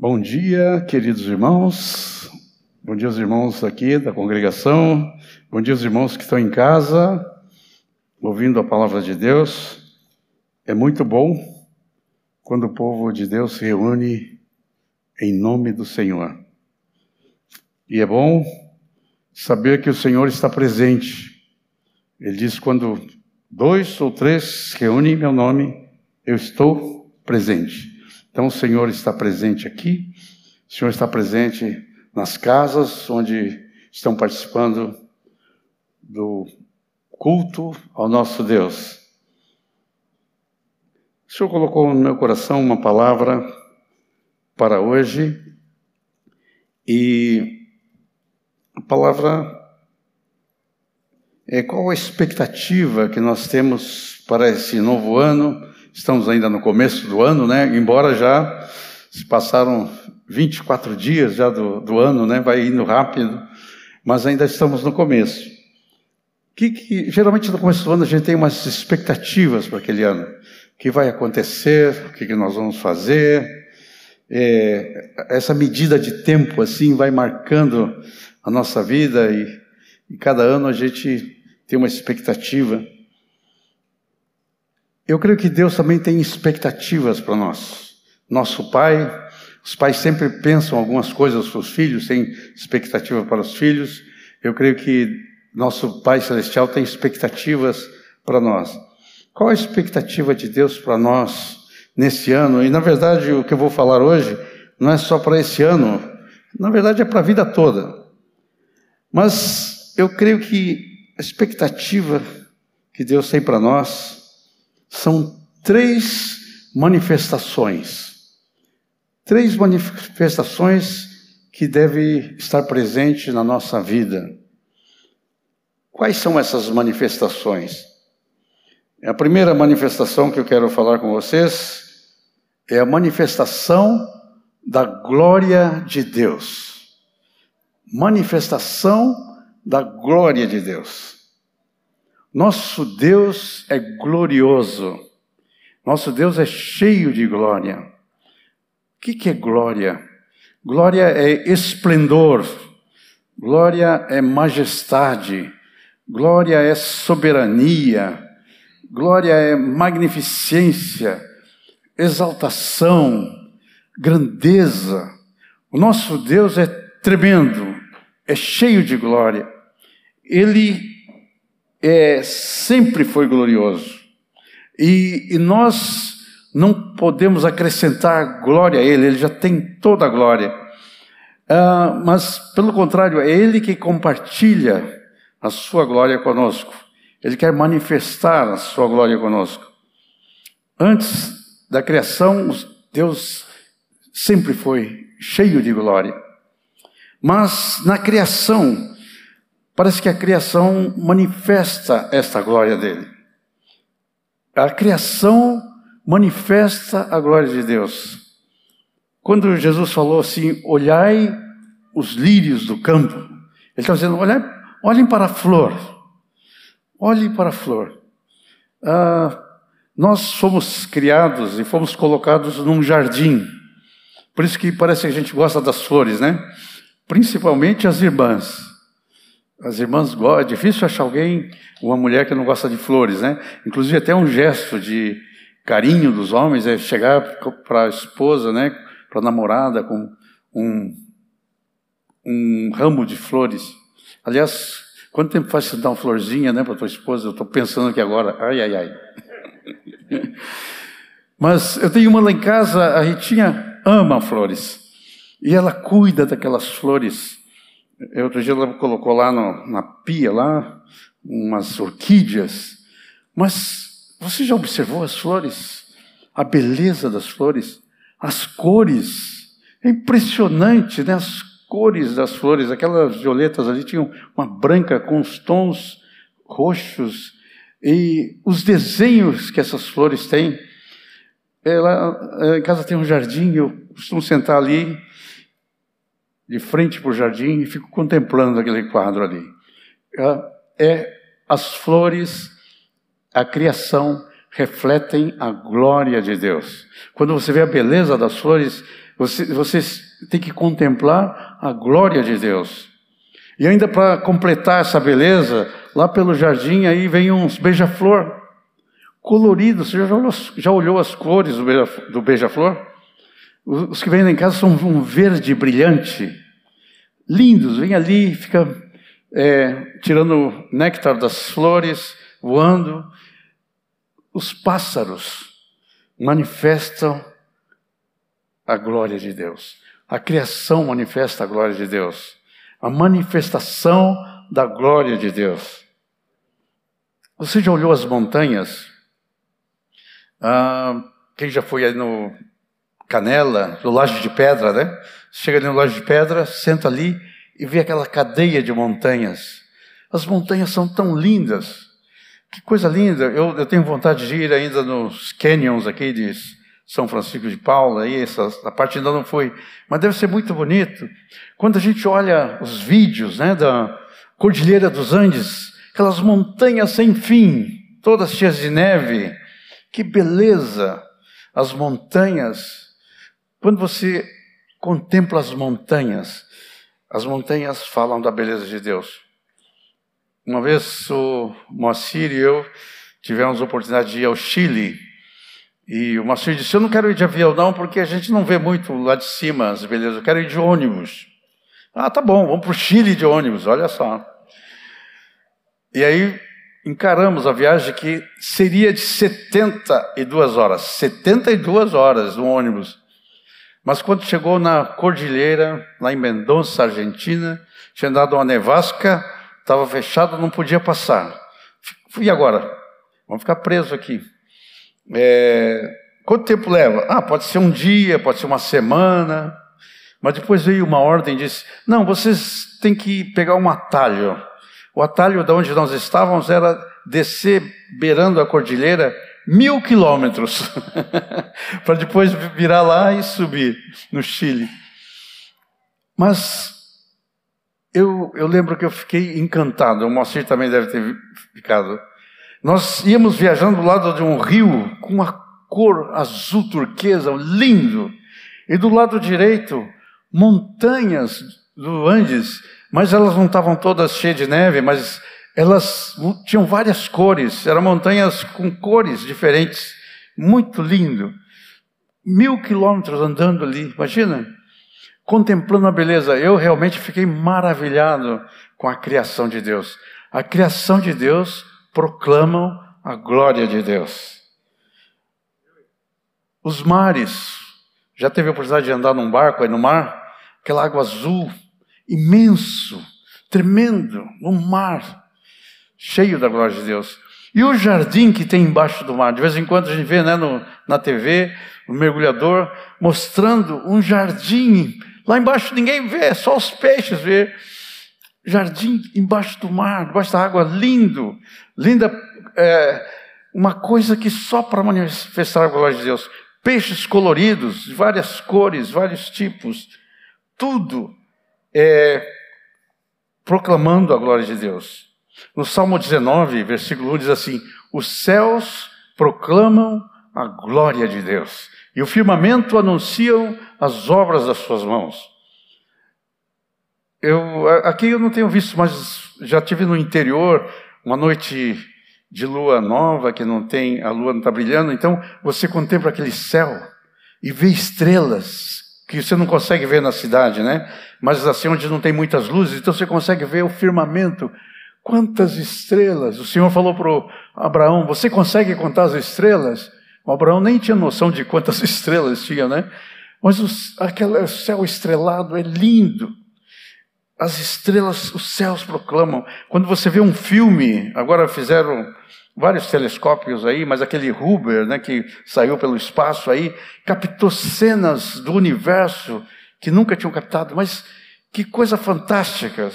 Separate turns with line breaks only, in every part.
Bom dia, queridos irmãos. Bom dia aos irmãos aqui da congregação. Bom dia aos irmãos que estão em casa, ouvindo a palavra de Deus. É muito bom quando o povo de Deus se reúne em nome do Senhor. E é bom saber que o Senhor está presente. Ele diz, quando 2 ou 3 se reúnem em meu nome, eu estou presente. Então o Senhor está presente aqui, o Senhor está presente nas casas onde estão participando do culto ao nosso Deus. O Senhor colocou no meu coração uma palavra para hoje, e a palavra é: qual a expectativa que nós temos para esse novo ano? Estamos ainda no começo do ano, né? Embora já se passaram 24 dias já do ano, né? Vai indo rápido, mas ainda estamos no começo. Geralmente no começo do ano a gente tem umas expectativas para aquele ano. O que vai acontecer, o que nós vamos fazer. Essa medida de tempo assim vai marcando a nossa vida, e cada ano a gente tem uma expectativa. Eu creio que Deus também tem expectativas para nós. Nosso Pai, os pais sempre pensam algumas coisas para os filhos, têm expectativa para os filhos. Eu creio que nosso Pai Celestial tem expectativas para nós. Qual a expectativa de Deus para nós nesse ano? E na verdade o que eu vou falar hoje não é só para esse ano, na verdade é para a vida toda. Mas eu creio que a expectativa que Deus tem para nós são 3 manifestações. 3 manifestações que devem estar presentes na nossa vida. Quais são essas manifestações? A primeira manifestação que eu quero falar com vocês é a manifestação da glória de Deus. Manifestação da glória de Deus. Nosso Deus é glorioso. Nosso Deus é cheio de glória. O que é glória? Glória é esplendor. Glória é majestade. Glória é soberania. Glória é magnificência, exaltação, grandeza. O nosso Deus é tremendo, é cheio de glória. Ele sempre foi glorioso. E nós não podemos acrescentar glória a Ele já tem toda a glória. Mas, pelo contrário, é Ele que compartilha a sua glória conosco. Ele quer manifestar a sua glória conosco. Antes da criação, Deus sempre foi cheio de glória. Mas na criação, parece que a criação manifesta esta glória dele. A criação manifesta a glória de Deus. Quando Jesus falou assim, olhai os lírios do campo, ele está dizendo, olhem para a flor. Olhem para a flor. Nós fomos criados e fomos colocados num jardim. Por isso que parece que a gente gosta das flores, né? Principalmente as irmãs. As irmãs gostam, é difícil achar uma mulher que não gosta de flores, né? Inclusive até um gesto de carinho dos homens é chegar para a esposa, né? Para a namorada com um ramo de flores. Aliás, quanto tempo faz você dar uma florzinha, né, para a tua esposa? Eu estou pensando aqui agora, ai. Mas eu tenho uma lá em casa, a Ritinha ama flores. E ela cuida daquelas flores. Outro dia ela colocou lá na pia, umas orquídeas. Mas você já observou as flores? A beleza das flores? As cores? É impressionante, né? As cores das flores. Aquelas violetas ali tinham uma branca com os tons roxos. E os desenhos que essas flores têm. Em casa tem um jardim, eu costumo sentar ali, de frente para o jardim, e fico contemplando aquele quadro ali. As flores, a criação, refletem a glória de Deus. Quando você vê a beleza das flores, Você tem que contemplar a glória de Deus. E ainda para completar essa beleza, lá pelo jardim aí vem uns beija-flor coloridos. Você já olhou as cores do beija-flor? Os que vêm lá em casa são um verde brilhante, lindos. Vem ali, fica tirando néctar das flores, voando. Os pássaros manifestam a glória de Deus. A criação manifesta a glória de Deus. A manifestação da glória de Deus. Você já olhou as montanhas? Quem já foi aí no Canela, no Laje de Pedra, né? Chega ali no Laje de Pedra, senta ali e vê aquela cadeia de montanhas. As montanhas são tão lindas. Que coisa linda. Eu tenho vontade de ir ainda nos canyons aqui de São Francisco de Paula, aí a parte ainda não foi, mas deve ser muito bonito. Quando a gente olha os vídeos, né, da Cordilheira dos Andes, aquelas montanhas sem fim, todas cheias de neve, que beleza! As montanhas, quando você contempla as montanhas falam da beleza de Deus. Uma vez o Moacir e eu tivemos a oportunidade de ir ao Chile. E o Moacir disse, eu não quero ir de avião não, porque a gente não vê muito lá de cima as belezas, eu quero ir de ônibus. Tá bom, vamos para o Chile de ônibus, olha só. E aí encaramos a viagem que seria de 72 horas. 72 horas no ônibus. Mas quando chegou na cordilheira, lá em Mendoza, Argentina, tinha dado uma nevasca, estava fechado, não podia passar. E agora? Vamos ficar presos aqui. Quanto tempo leva? Pode ser um dia, pode ser uma semana. Mas depois veio uma ordem e disse, não, vocês têm que pegar um atalho. O atalho de onde nós estávamos era descer beirando a cordilheira 1000 quilômetros para depois virar lá e subir no Chile. Mas eu lembro que eu fiquei encantado, o Moacir também deve ter ficado. Nós íamos viajando do lado de um rio com uma cor azul turquesa, lindo. E do lado direito, montanhas do Andes, mas elas não estavam todas cheias de neve, mas elas tinham várias cores, eram montanhas com cores diferentes, muito lindo. 1000 quilômetros andando ali, imagina, contemplando a beleza. Eu realmente fiquei maravilhado com a criação de Deus. A criação de Deus proclamam a glória de Deus. Os mares, já teve a oportunidade de andar num barco aí no mar? Aquela água azul, imenso, tremendo, um mar cheio da glória de Deus. E o jardim que tem embaixo do mar, de vez em quando a gente vê, né, na TV, o mergulhador mostrando um jardim, lá embaixo ninguém vê, só os peixes vê. Jardim embaixo do mar, embaixo da água, lindo, linda, uma coisa que só para manifestar a glória de Deus. Peixes coloridos, de várias cores, vários tipos, tudo proclamando a glória de Deus. No Salmo 19, versículo 1 diz assim, os céus proclamam a glória de Deus, e o firmamento anunciam as obras das suas mãos. Aqui eu não tenho visto, mas já tive no interior, uma noite de lua nova, que a lua não está brilhando, então você contempla aquele céu e vê estrelas que você não consegue ver na cidade, né? Mas assim, onde não tem muitas luzes, então você consegue ver o firmamento. Quantas estrelas! O Senhor falou para o Abraão, você consegue contar as estrelas? O Abraão nem tinha noção de quantas estrelas tinha, né? Mas aquele céu estrelado é lindo. As estrelas, os céus proclamam. Quando você vê um filme, agora fizeram vários telescópios aí, mas aquele Hubble, né, que saiu pelo espaço aí, captou cenas do universo que nunca tinham captado, mas que coisa fantástica.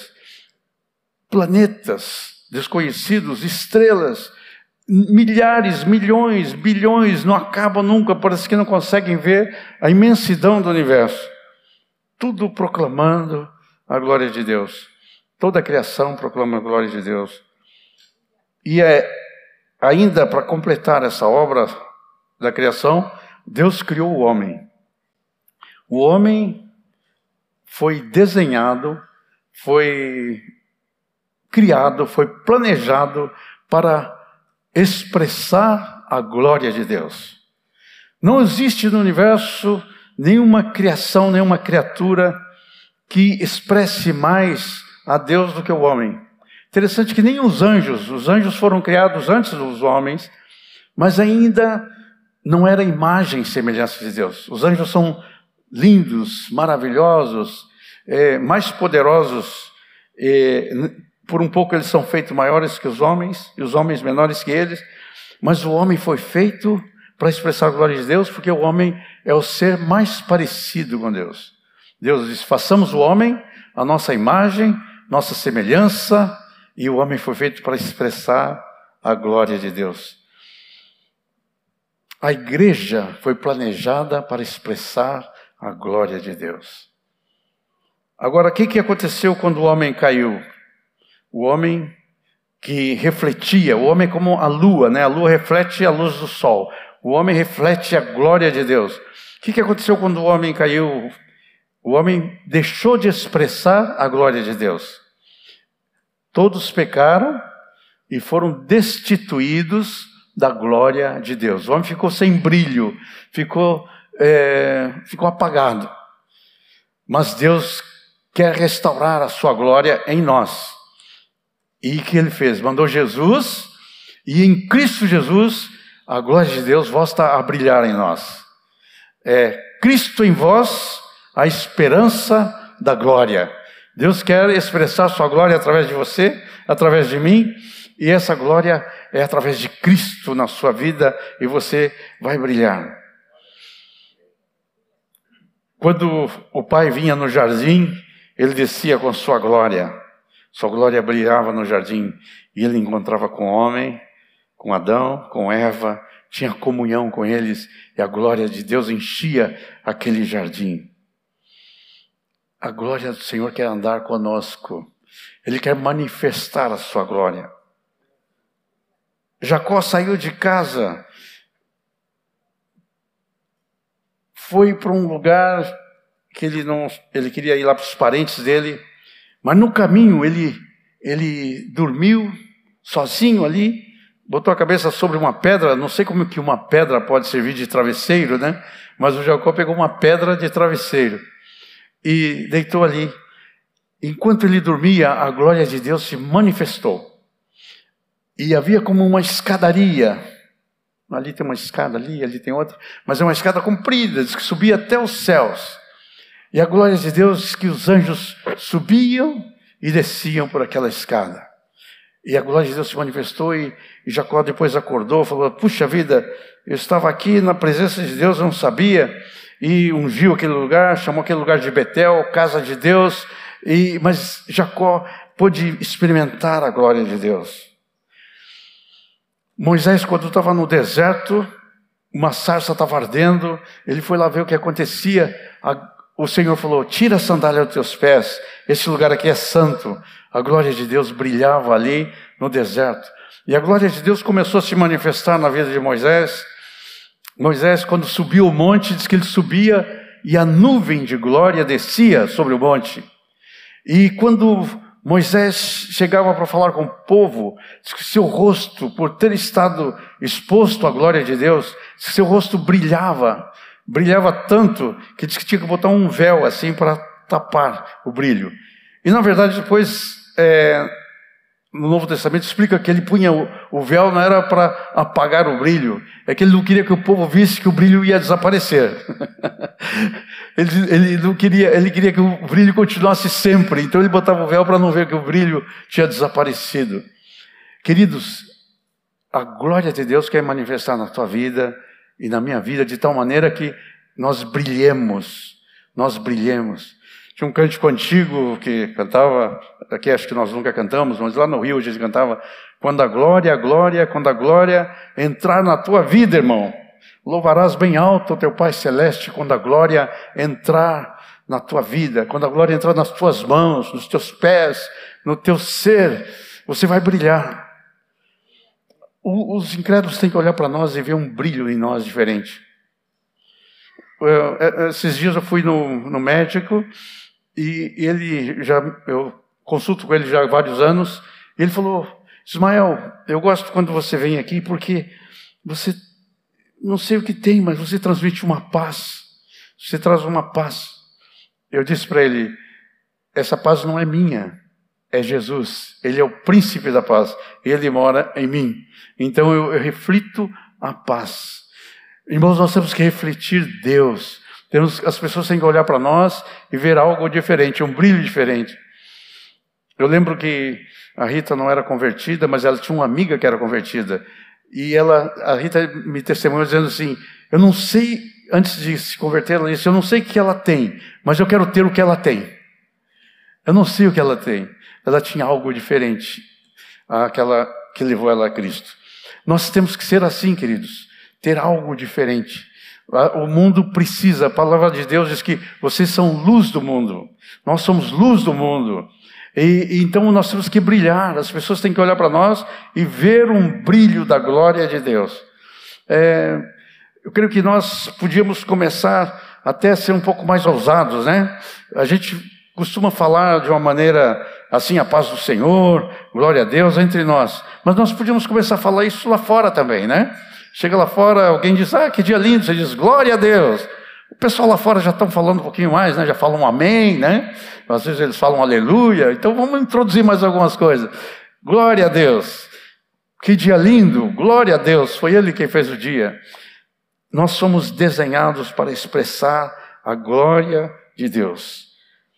Planetas desconhecidos, estrelas, milhares, milhões, bilhões, não acabam nunca, parece que não conseguem ver a imensidão do universo. Tudo proclamando a glória de Deus. Toda a criação proclama a glória de Deus. E ainda para completar essa obra da criação, Deus criou o homem. O homem foi desenhado, foi criado, foi planejado para expressar a glória de Deus. Não existe no universo nenhuma criação, nenhuma criatura que expresse mais a Deus do que o homem. Interessante que nem os anjos foram criados antes dos homens, mas ainda não era imagem e semelhança de Deus. Os anjos são lindos, maravilhosos, mais poderosos. Por um pouco eles são feitos maiores que os homens, e os homens menores que eles. Mas o homem foi feito para expressar a glória de Deus, porque o homem é o ser mais parecido com Deus. Deus diz, façamos o homem a nossa imagem, nossa semelhança, e o homem foi feito para expressar a glória de Deus. A igreja foi planejada para expressar a glória de Deus. Agora, o que aconteceu quando o homem caiu? O homem que refletia, o homem como a lua, né? A lua reflete a luz do sol. O homem reflete a glória de Deus. O que aconteceu quando o homem caiu? O homem deixou de expressar a glória de Deus. Todos pecaram e foram destituídos da glória de Deus. O homem ficou sem brilho, ficou apagado. Mas Deus quer restaurar a sua glória em nós. E o que Ele fez? Mandou Jesus, e em Cristo Jesus, a glória de Deus volta a brilhar em nós. Cristo em vós, a esperança da glória. Deus quer expressar a sua glória através de você, através de mim, e essa glória é através de Cristo na sua vida, e você vai brilhar. Quando o Pai vinha no jardim, Ele descia com sua glória brilhava no jardim, e Ele encontrava com o homem, com Adão, com Eva, tinha comunhão com eles, e a glória de Deus enchia aquele jardim. A glória do Senhor quer andar conosco, Ele quer manifestar a sua glória. Jacó saiu de casa, foi para um lugar que ele queria ir lá para os parentes dele, mas no caminho ele dormiu sozinho ali, botou a cabeça sobre uma pedra. Não sei como que uma pedra pode servir de travesseiro, né? Mas o Jacó pegou uma pedra de travesseiro e deitou ali. Enquanto ele dormia, a glória de Deus se manifestou. E havia como uma escadaria. Ali tem uma escada, ali tem outra. Mas é uma escada comprida, diz que subia até os céus. E a glória de Deus diz que os anjos subiam e desciam por aquela escada. E a glória de Deus se manifestou e Jacó depois acordou, falou, puxa vida, eu estava aqui na presença de Deus, eu não sabia. E ungiu aquele lugar, chamou aquele lugar de Betel, casa de Deus. Mas Jacó pôde experimentar a glória de Deus. Moisés, quando estava no deserto, uma sarça estava ardendo, ele foi lá ver o que acontecia. O Senhor falou, tira a sandália dos teus pés, esse lugar aqui é santo. A glória de Deus brilhava ali no deserto. E a glória de Deus começou a se manifestar na vida de Moisés. Moisés, quando subiu o monte, diz que ele subia e a nuvem de glória descia sobre o monte. E quando Moisés chegava para falar com o povo, diz que seu rosto, por ter estado exposto à glória de Deus, seu rosto brilhava tanto que diz que tinha que botar um véu assim para tapar o brilho. E na verdade depois no Novo Testamento explica que ele punha o véu não era para apagar o brilho, é que ele não queria que o povo visse que o brilho ia desaparecer. ele queria que o brilho continuasse sempre, então ele botava o véu para não ver que o brilho tinha desaparecido. Queridos, a glória de Deus quer manifestar na tua vida e na minha vida de tal maneira que nós brilhemos. Tinha um cântico antigo que cantava, aqui acho que nós nunca cantamos, mas lá no Rio a gente cantava, quando a glória entrar na tua vida, irmão, louvarás bem alto o teu Pai Celeste quando a glória entrar na tua vida, quando a glória entrar nas tuas mãos, nos teus pés, no teu ser, você vai brilhar. Os incrédulos têm que olhar para nós e ver um brilho em nós diferente. esses dias eu fui no médico e eu consulto com ele já há vários anos. E ele falou: Ismael, eu gosto quando você vem aqui porque você, não sei o que tem, mas você transmite uma paz. Você traz uma paz. Eu disse para ele: essa paz não é minha, é Jesus. Ele é o príncipe da paz. Ele mora em mim. Então eu reflito a paz. Irmãos, nós temos que refletir Deus. As pessoas têm que olhar para nós e ver algo diferente, um brilho diferente. Eu lembro que a Rita não era convertida, mas ela tinha uma amiga que era convertida. E a Rita me testemunhou dizendo assim: eu não sei, antes de se converter, ela disse: eu não sei o que ela tem, mas eu quero ter o que ela tem. Eu não sei o que ela tem. Ela tinha algo diferente, aquela que levou ela a Cristo. Nós temos que ser assim, queridos, ter algo diferente. O mundo precisa, a palavra de Deus diz que vocês são luz do mundo. Nós somos luz do mundo. E então nós temos que brilhar. As pessoas têm que olhar para nós e ver um brilho da glória de Deus. Eu creio que nós podíamos começar até a ser um pouco mais ousados, né? A gente costuma falar de uma maneira assim: a paz do Senhor, glória a Deus entre nós. Mas nós podíamos começar a falar isso lá fora também, né? Chega lá fora, alguém diz: que dia lindo, você diz: glória a Deus. O pessoal lá fora já estão falando um pouquinho mais, né? Já falam amém, né? Às vezes eles falam aleluia. Então vamos introduzir mais algumas coisas. Glória a Deus. Que dia lindo, glória a Deus. Foi Ele quem fez o dia. Nós somos desenhados para expressar a glória de Deus.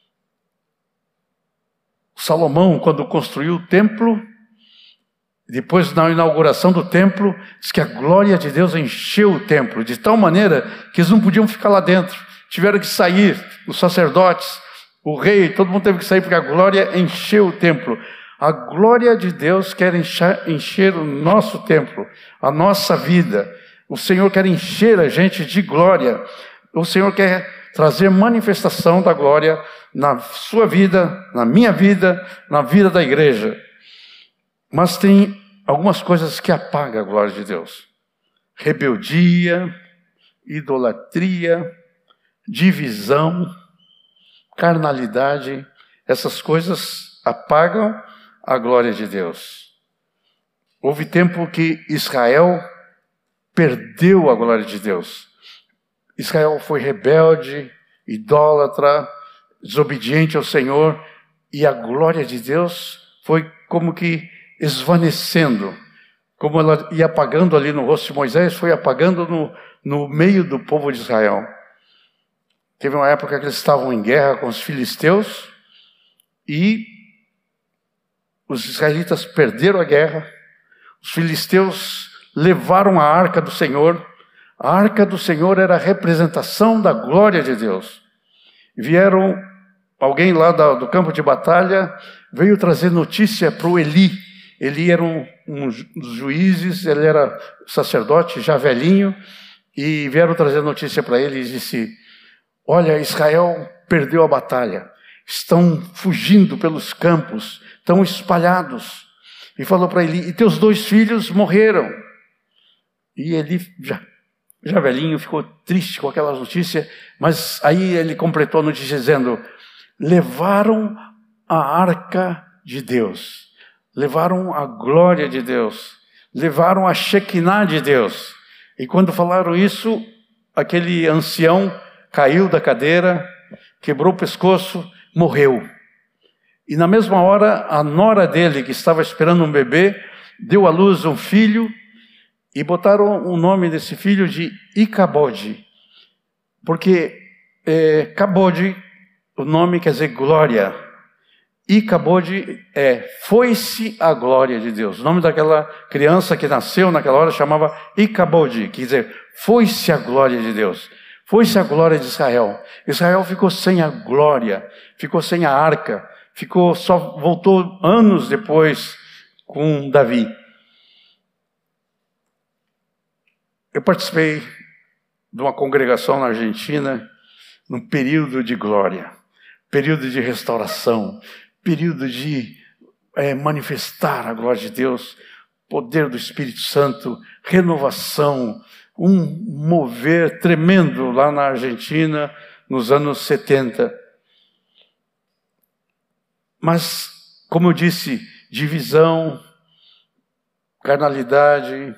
Salomão, quando construiu o templo, depois da inauguração do templo, diz que a glória de Deus encheu o templo, de tal maneira que eles não podiam ficar lá dentro. Tiveram que sair, os sacerdotes, o rei, todo mundo teve que sair, porque a glória encheu o templo. A glória de Deus quer encher o nosso templo, a nossa vida. O Senhor quer encher a gente de glória. O Senhor quer trazer manifestação da glória na sua vida, na minha vida, na vida da igreja. Mas tem algumas coisas que apagam a glória de Deus: rebeldia, idolatria, divisão, carnalidade. Essas coisas apagam a glória de Deus. Houve tempo que Israel perdeu a glória de Deus. Israel foi rebelde, idólatra, desobediente ao Senhor, e a glória de Deus foi como que esvanecendo, como ela ia apagando ali no rosto de Moisés, foi apagando no meio do povo de Israel. Teve uma época que eles estavam em guerra com os filisteus e os israelitas perderam a guerra. Os filisteus levaram a arca do Senhor. A arca do Senhor era a representação da glória de Deus. Vieram, alguém lá do campo de batalha veio trazer notícia para o Eli. Eli era um dos juízes, ele era sacerdote, já velhinho, e vieram trazer notícia para ele e disse: olha, Israel perdeu a batalha, estão fugindo pelos campos, estão espalhados. E falou para Eli: e teus 2 filhos morreram. E Eli, já velhinho, ficou triste com aquela notícia, mas aí ele completou a notícia dizendo: levaram a arca de Deus. Levaram a glória de Deus, levaram a Shekinah de Deus. E quando falaram isso, aquele ancião caiu da cadeira, quebrou o pescoço, morreu. E na mesma hora, a nora dele, que estava esperando um bebê, deu à luz um filho, e botaram o nome desse filho de Icabode, porque Cabode, o nome quer dizer glória. Icabode foi-se a glória de Deus. O nome daquela criança que nasceu naquela hora chamava Icabode, quer dizer, foi-se a glória de Deus. Foi-se a glória de Israel. Israel ficou sem a glória, ficou sem a arca, só voltou anos depois com Davi. Eu participei de uma congregação na Argentina, num período de glória, período de restauração, período de manifestar a glória de Deus, poder do Espírito Santo, renovação, um mover tremendo lá na Argentina, nos anos 70. Mas, como eu disse, divisão, carnalidade,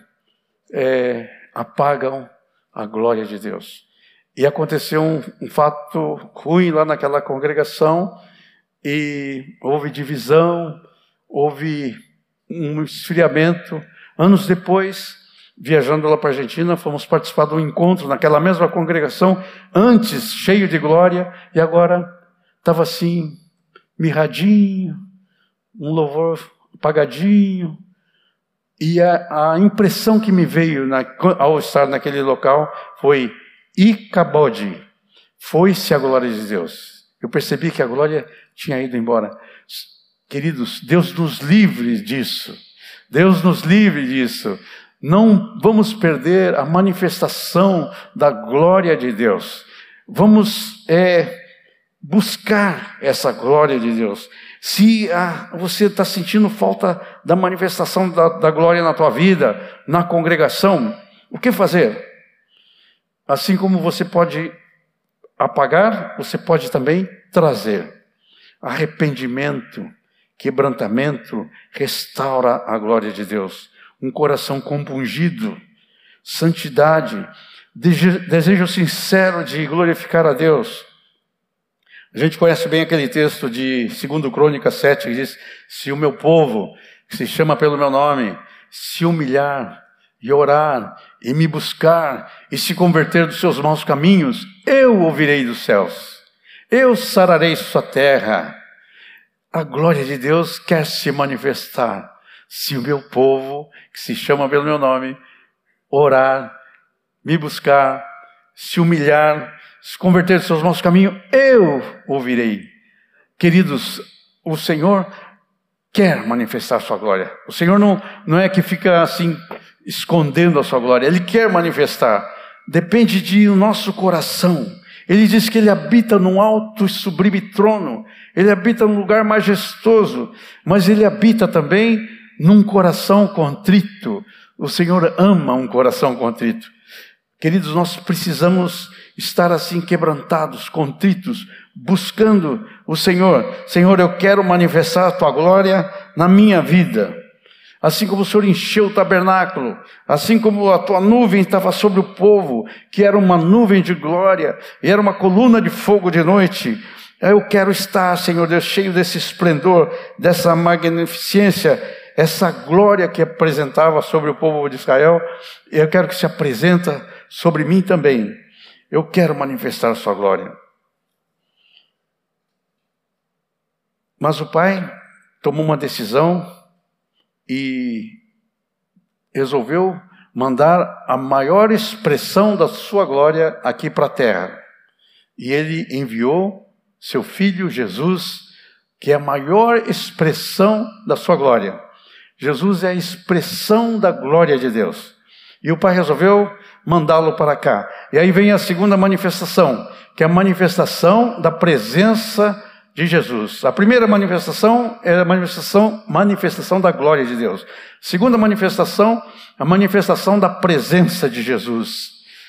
apagam a glória de Deus. E aconteceu um fato ruim lá naquela congregação, e houve divisão, houve um esfriamento. Anos depois, viajando lá para a Argentina, fomos participar de um encontro naquela mesma congregação, antes cheio de glória, e agora estava assim, mirradinho, um louvor apagadinho. E a impressão que me veio ao estar naquele local foi: Icabode, foi-se a glória de Deus. Eu percebi que a glória tinha ido embora. Queridos, Deus nos livre disso. Deus nos livre disso. Não vamos perder a manifestação da glória de Deus. Vamos buscar essa glória de Deus. Se você está sentindo falta da manifestação da glória na tua vida, na congregação, o que fazer? Assim como você pode apagar, você pode também trazer. Arrependimento, quebrantamento, restaura a glória de Deus. Um coração compungido, santidade, desejo sincero de glorificar a Deus. A gente conhece bem aquele texto de 2 Crônicas 7, que diz: se o meu povo, que se chama pelo meu nome, se humilhar e orar e me buscar e se converter dos seus maus caminhos, eu ouvirei dos céus, eu sararei sua terra. A glória de Deus quer se manifestar. Se o meu povo, que se chama pelo meu nome, orar, me buscar, se humilhar, se converter dos seus maus caminhos, eu ouvirei. Queridos, o Senhor quer manifestar a sua glória. O Senhor não é que fica assim, escondendo a sua glória. Ele quer manifestar. Depende de nosso coração. Ele diz que Ele habita num alto e sublime trono. Ele habita num lugar majestoso. Mas Ele habita também num coração contrito. O Senhor ama um coração contrito. Queridos, nós precisamos estar assim quebrantados, contritos, buscando o Senhor. Senhor, eu quero manifestar a Tua glória na minha vida. Assim como o Senhor encheu o tabernáculo, assim como a Tua nuvem estava sobre o povo, que era uma nuvem de glória, e era uma coluna de fogo de noite. Eu quero estar, Senhor Deus, cheio desse esplendor, dessa magnificência, essa glória que apresentava sobre o povo de Israel. Eu quero que se apresenta sobre mim também. Eu quero manifestar a sua glória. Mas o pai tomou uma decisão e resolveu mandar a maior expressão da sua glória aqui para a terra. E ele enviou seu filho Jesus, que é a maior expressão da sua glória. Jesus é a expressão da glória de Deus. E o pai resolveu mandá-lo para cá. E aí vem a segunda manifestação, que é a manifestação da presença de Jesus. A primeira manifestação é a manifestação da glória de Deus. Segunda manifestação, a manifestação da presença de Jesus.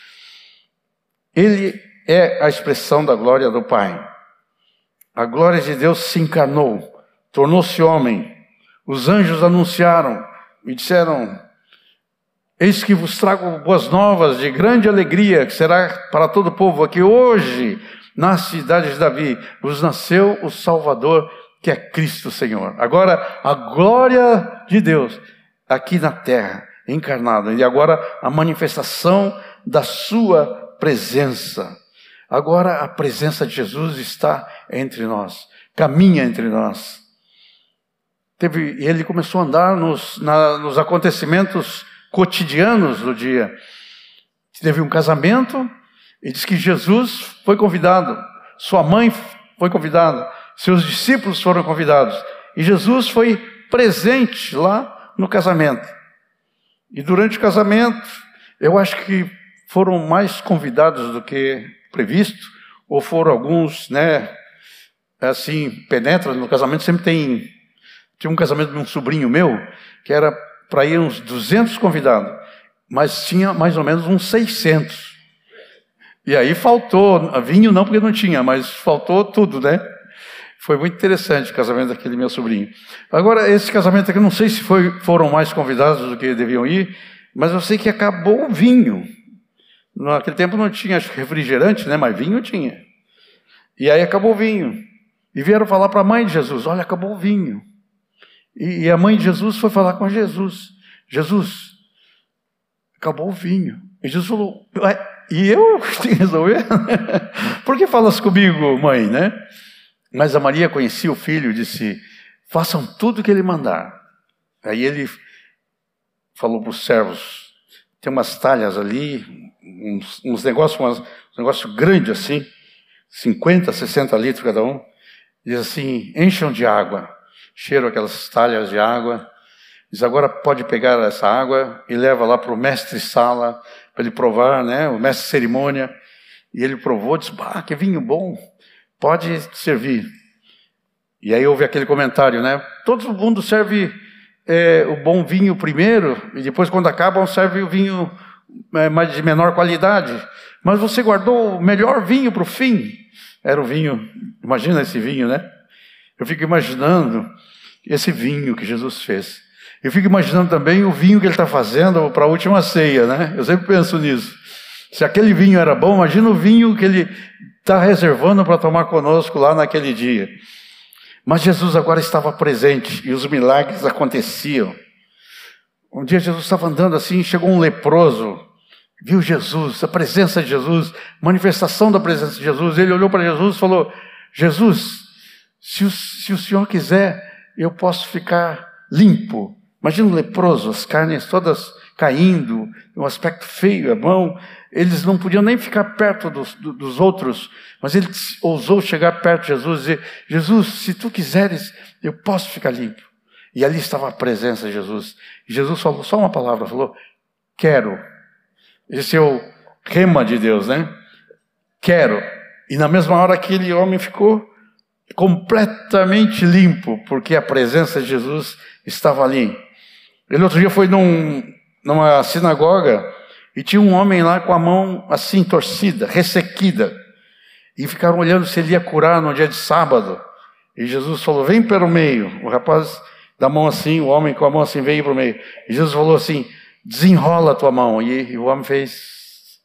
Ele é a expressão da glória do Pai. A glória de Deus se encarnou, tornou-se homem. Os anjos anunciaram e disseram: eis que vos trago boas novas de grande alegria, que será para todo o povo, aqui hoje, na cidade de Davi, vos nasceu o Salvador, que é Cristo Senhor. Agora, a glória de Deus aqui na terra, encarnada, e agora a manifestação da sua presença. Agora a presença de Jesus está entre nós, caminha entre nós. Ele começou a andar nos acontecimentos cotidianos do dia. Teve um casamento e diz que Jesus foi convidado, sua mãe foi convidada, seus discípulos foram convidados, e Jesus foi presente lá no casamento. E durante o casamento, eu acho que foram mais convidados do que previsto, ou foram alguns, assim, penetra no casamento. Sempre tinha um casamento de um sobrinho meu, que era para ir uns 200 convidados, mas tinha mais ou menos uns 600. E aí faltou, vinho não porque não tinha, mas faltou tudo, né? Foi muito interessante o casamento daquele meu sobrinho. Agora, esse casamento aqui, não sei se foram mais convidados do que deviam ir, mas eu sei que acabou o vinho. Naquele tempo não tinha, acho que refrigerante, né? Mas vinho tinha. E aí acabou o vinho. E vieram falar para a mãe de Jesus, olha, acabou o vinho. E a mãe de Jesus foi falar com Jesus. Jesus, acabou o vinho. E Jesus falou, e eu tenho que resolver? Por que falas comigo, mãe, né? Mas a Maria conhecia o filho e disse, façam tudo o que ele mandar. Aí ele falou para os servos, tem umas talhas ali, uns negócios, um negócio grande assim, 50, 60 litros cada um. Diz assim, encham de água. Cheiro aquelas talhas de água. Diz, agora pode pegar essa água e leva lá para o mestre-sala, para ele provar, né? O mestre-cerimônia. E ele provou, disse, que vinho bom. Pode servir. E aí houve aquele comentário, né? Todo mundo serve o bom vinho primeiro, e depois, quando acabam, serve o vinho de menor qualidade. Mas você guardou o melhor vinho para o fim. Era o vinho, imagina esse vinho, né? Eu fico imaginando esse vinho que Jesus fez. Eu fico imaginando também o vinho que ele está fazendo para a última ceia, né? Eu sempre penso nisso. Se aquele vinho era bom, imagina o vinho que ele está reservando para tomar conosco lá naquele dia. Mas Jesus agora estava presente e os milagres aconteciam. Um dia Jesus estava andando assim, chegou um leproso, viu Jesus, a presença de Jesus, manifestação da presença de Jesus. Ele olhou para Jesus e falou, Jesus, se o Senhor quiser, eu posso ficar limpo. Imagina um leproso, as carnes todas caindo, um aspecto feio, a mão. Eles não podiam nem ficar perto dos outros, mas ele ousou chegar perto de Jesus e dizer, Jesus, se tu quiseres, eu posso ficar limpo. E ali estava a presença de Jesus. E Jesus falou só uma palavra, falou, quero. Esse é o rema de Deus, né? Quero. E na mesma hora aquele homem ficou completamente limpo, porque a presença de Jesus estava ali. Ele outro dia foi numa sinagoga e tinha um homem lá com a mão assim torcida, ressequida. E ficaram olhando se ele ia curar no dia de sábado. E Jesus falou, vem para o meio. O rapaz da mão assim, o homem com a mão assim veio para o meio. E Jesus falou assim, desenrola a tua mão. E o homem fez,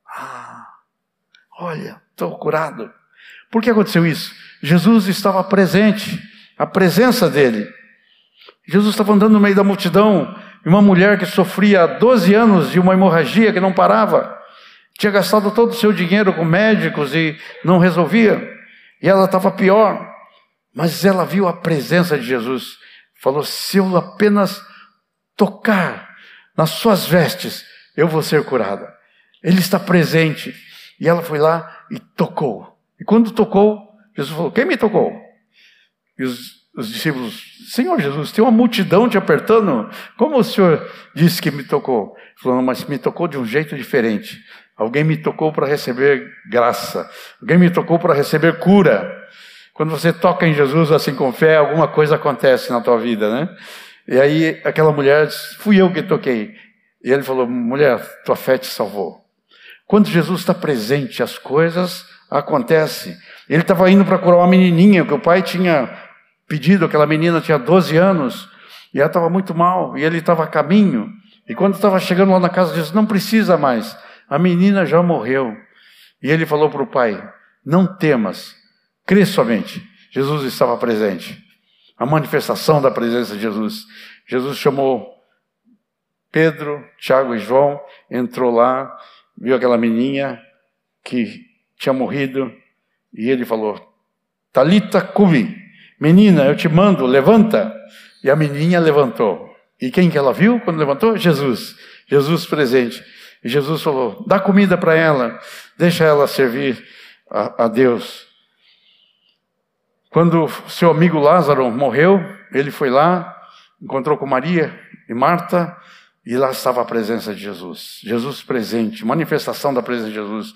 olha, estou curado. Por que aconteceu isso? Jesus estava presente, a presença dele. Jesus estava andando no meio da multidão, e uma mulher que sofria há 12 anos de uma hemorragia que não parava, tinha gastado todo o seu dinheiro com médicos e não resolvia, e ela estava pior, mas ela viu a presença de Jesus, falou, se eu apenas tocar nas suas vestes, eu vou ser curada. Ele está presente, e ela foi lá e tocou, e quando tocou, Jesus falou, quem me tocou? E os discípulos, Senhor Jesus, tem uma multidão te apertando, como o Senhor disse que me tocou? Ele falou, não, mas me tocou de um jeito diferente. Alguém me tocou para receber graça, alguém me tocou para receber cura. Quando você toca em Jesus assim com fé, alguma coisa acontece na tua vida, né? E aí aquela mulher disse, fui eu que toquei. E ele falou, mulher, tua fé te salvou. Quando Jesus está presente, as coisas acontecem. Ele estava indo para curar uma menininha, que o pai tinha pedido, aquela menina tinha 12 anos, e ela estava muito mal, e ele estava a caminho, e quando estava chegando lá na casa de Jesus, não precisa mais, a menina já morreu. E ele falou para o pai, não temas, crê somente. Jesus estava presente, a manifestação da presença de Jesus. Jesus chamou Pedro, Tiago e João, entrou lá, viu aquela menininha que tinha morrido, e ele falou, Talita cumi, menina, eu te mando, levanta. E a menininha levantou. E quem que ela viu quando levantou? Jesus. Jesus presente. E Jesus falou, dá comida para ela, deixa ela servir a Deus. Quando seu amigo Lázaro morreu, ele foi lá, encontrou com Maria e Marta, e lá estava a presença de Jesus. Jesus presente, manifestação da presença de Jesus.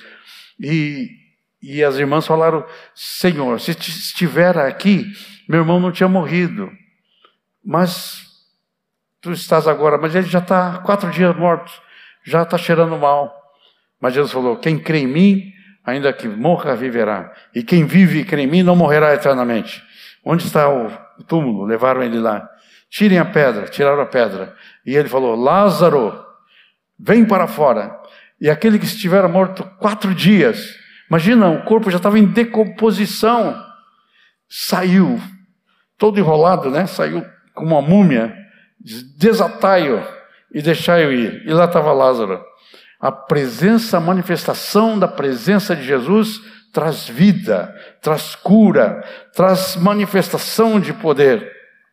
E as irmãs falaram, Senhor, se estiver aqui, meu irmão não tinha morrido, mas tu estás agora, mas ele já está 4 dias morto. já está cheirando mal. Mas Jesus falou, quem crê em mim, ainda que morra, viverá. E quem vive e crê em mim, não morrerá eternamente. Onde está o túmulo? Levaram ele lá. Tirem a pedra, tiraram a pedra. E ele falou, Lázaro, vem para fora. E aquele que estivera morto 4 dias, imagina, o corpo já estava em decomposição, saiu, todo enrolado, né? Saiu como uma múmia, desatai-o e deixai-o ir. E lá estava Lázaro. A presença, a manifestação da presença de Jesus traz vida, traz cura, traz manifestação de poder.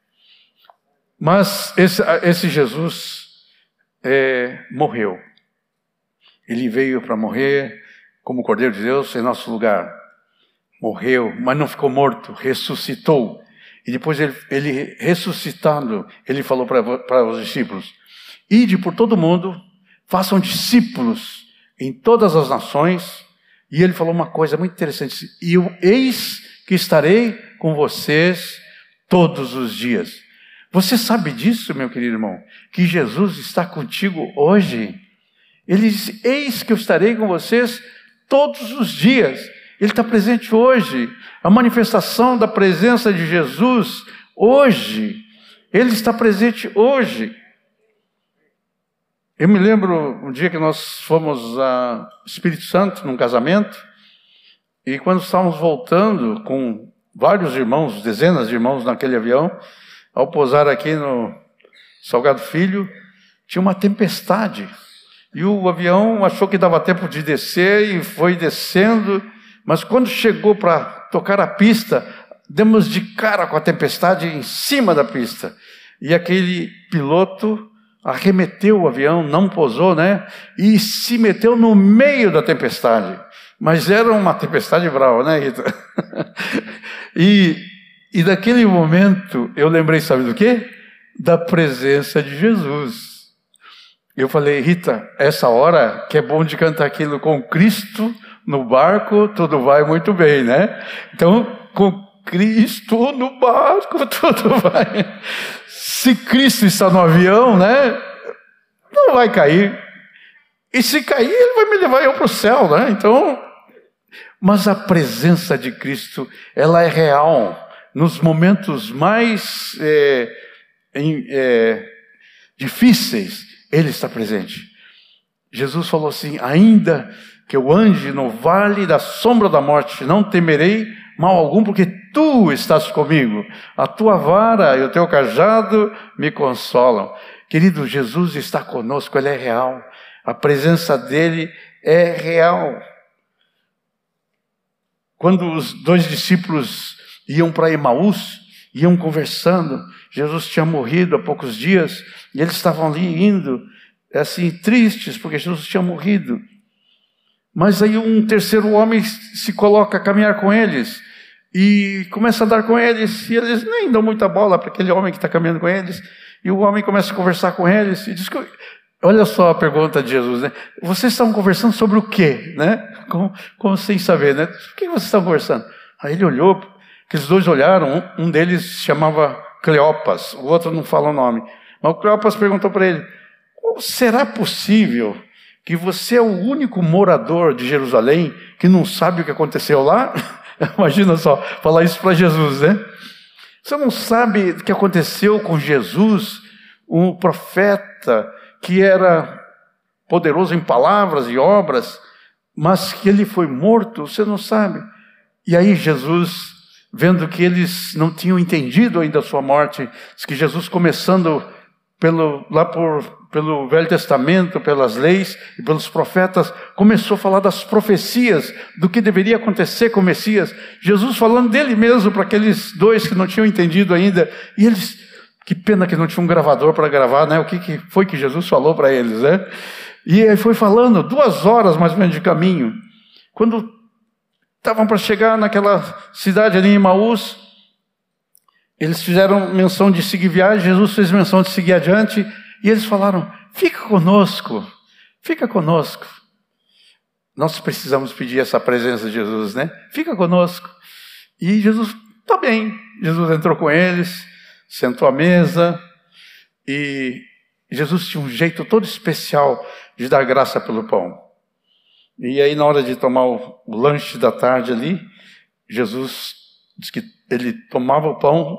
Mas esse Jesus morreu. Ele veio para morrer como Cordeiro de Deus em nosso lugar. Morreu, mas não ficou morto, ressuscitou. E depois ele ressuscitando, ele falou para os discípulos, ide por todo mundo, façam discípulos em todas as nações. E ele falou uma coisa muito interessante, e eis que estarei com vocês todos os dias. Você sabe disso, meu querido irmão? Que Jesus está contigo hoje? Ele diz, eis que eu estarei com vocês todos os dias. Ele está presente hoje. A manifestação da presença de Jesus hoje. Ele está presente hoje. Eu me lembro um dia que nós fomos a Espírito Santo, num casamento, e quando estávamos voltando com vários irmãos, dezenas de irmãos naquele avião, ao pousar aqui no Salgado Filho, tinha uma tempestade. E o avião achou que dava tempo de descer e foi descendo, mas quando chegou para tocar a pista, demos de cara com a tempestade em cima da pista. E aquele piloto arremeteu o avião, não pousou, né? E se meteu no meio da tempestade. Mas era uma tempestade brava, né, Rita? E daquele momento, eu lembrei, sabe do quê? Da presença de Jesus. Eu falei, Rita, essa hora que é bom de cantar aquilo com Cristo no barco, tudo vai muito bem, né? Então, com Cristo no barco, tudo vai. Se Cristo está no avião, né? Não vai cair. E se cair, Ele vai me levar eu para o céu, né? Então, mas a presença de Cristo, ela é real. Nos momentos mais difíceis, Ele está presente. Jesus falou assim, ainda que eu ande no vale da sombra da morte, não temerei mal algum, porque Tu estás comigo. A Tua vara e o Teu cajado me consolam. Querido, Jesus está conosco, Ele é real. A presença dEle é real. Quando os 2 discípulos iam para Emaús, iam conversando, Jesus tinha morrido há poucos dias, e eles estavam ali indo, assim, tristes, porque Jesus tinha morrido. Mas aí um terceiro homem se coloca a caminhar com eles, e começa a andar com eles, e eles nem dão muita bola para aquele homem que está caminhando com eles, e o homem começa a conversar com eles, e diz que, olha só a pergunta de Jesus, né? Vocês estavam conversando sobre o quê, né? Como sem saber, né? O que vocês estavam conversando? Aí ele olhou, aqueles 2 olharam, um deles se chamava Cleopas, o outro não fala o nome, mas o Cleopas perguntou para ele, será possível que você é o único morador de Jerusalém que não sabe o que aconteceu lá? Imagina só, falar isso para Jesus, né? Você não sabe o que aconteceu com Jesus, um profeta que era poderoso em palavras e obras, mas que ele foi morto, você não sabe. E aí Jesus, vendo que eles não tinham entendido ainda a sua morte, diz que Jesus, começando pelo Velho Testamento, pelas leis e pelos profetas, começou a falar das profecias, do que deveria acontecer com o Messias. Jesus falando dele mesmo para aqueles 2 que não tinham entendido ainda. E eles, que pena que não tinha um gravador para gravar, né? O que foi que Jesus falou para eles, né? E aí foi falando, 2 horas mais ou menos de caminho. Quando estavam para chegar naquela cidade ali em Emaús, eles fizeram menção de seguir viagem, Jesus fez menção de seguir adiante, e eles falaram, fica conosco. Nós precisamos pedir essa presença de Jesus, né? Fica conosco. E Jesus, tá bem. Jesus entrou com eles, sentou à mesa, e Jesus tinha um jeito todo especial de dar graça pelo pão. E aí, na hora de tomar o lanche da tarde ali, Jesus diz que ele tomava o pão,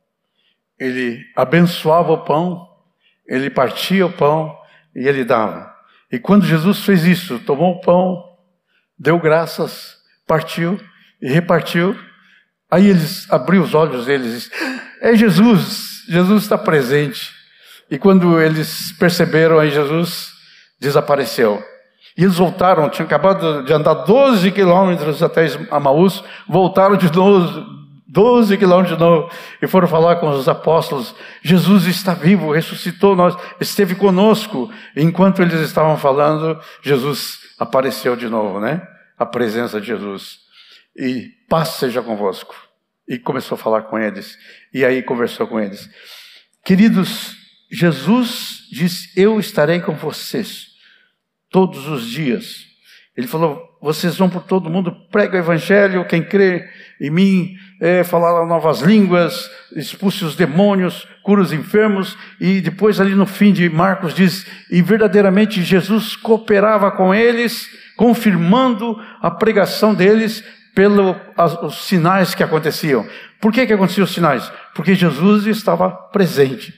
ele abençoava o pão, ele partia o pão e ele dava. E quando Jesus fez isso, tomou o pão, deu graças, partiu e repartiu, aí eles abriram os olhos deles e disseram, é Jesus, Jesus está presente. E quando eles perceberam, aí Jesus desapareceu. E eles voltaram, tinham acabado de andar 12 quilômetros até Amaús, voltaram de novo, 12 quilômetros de novo, e foram falar com os apóstolos, Jesus está vivo, ressuscitou, esteve conosco. Enquanto eles estavam falando, Jesus apareceu de novo, né? A presença de Jesus. E paz seja convosco. E começou a falar com eles, e aí conversou com eles. Queridos, Jesus disse, eu estarei com vocês todos os dias. Ele falou, vocês vão por todo mundo, prega o evangelho, quem crê em mim, falar novas línguas, expulse os demônios, cura os enfermos. E depois ali no fim de Marcos diz, e verdadeiramente Jesus cooperava com eles, confirmando a pregação deles pelos sinais que aconteciam. Por que aconteciam os sinais? Porque Jesus estava presente.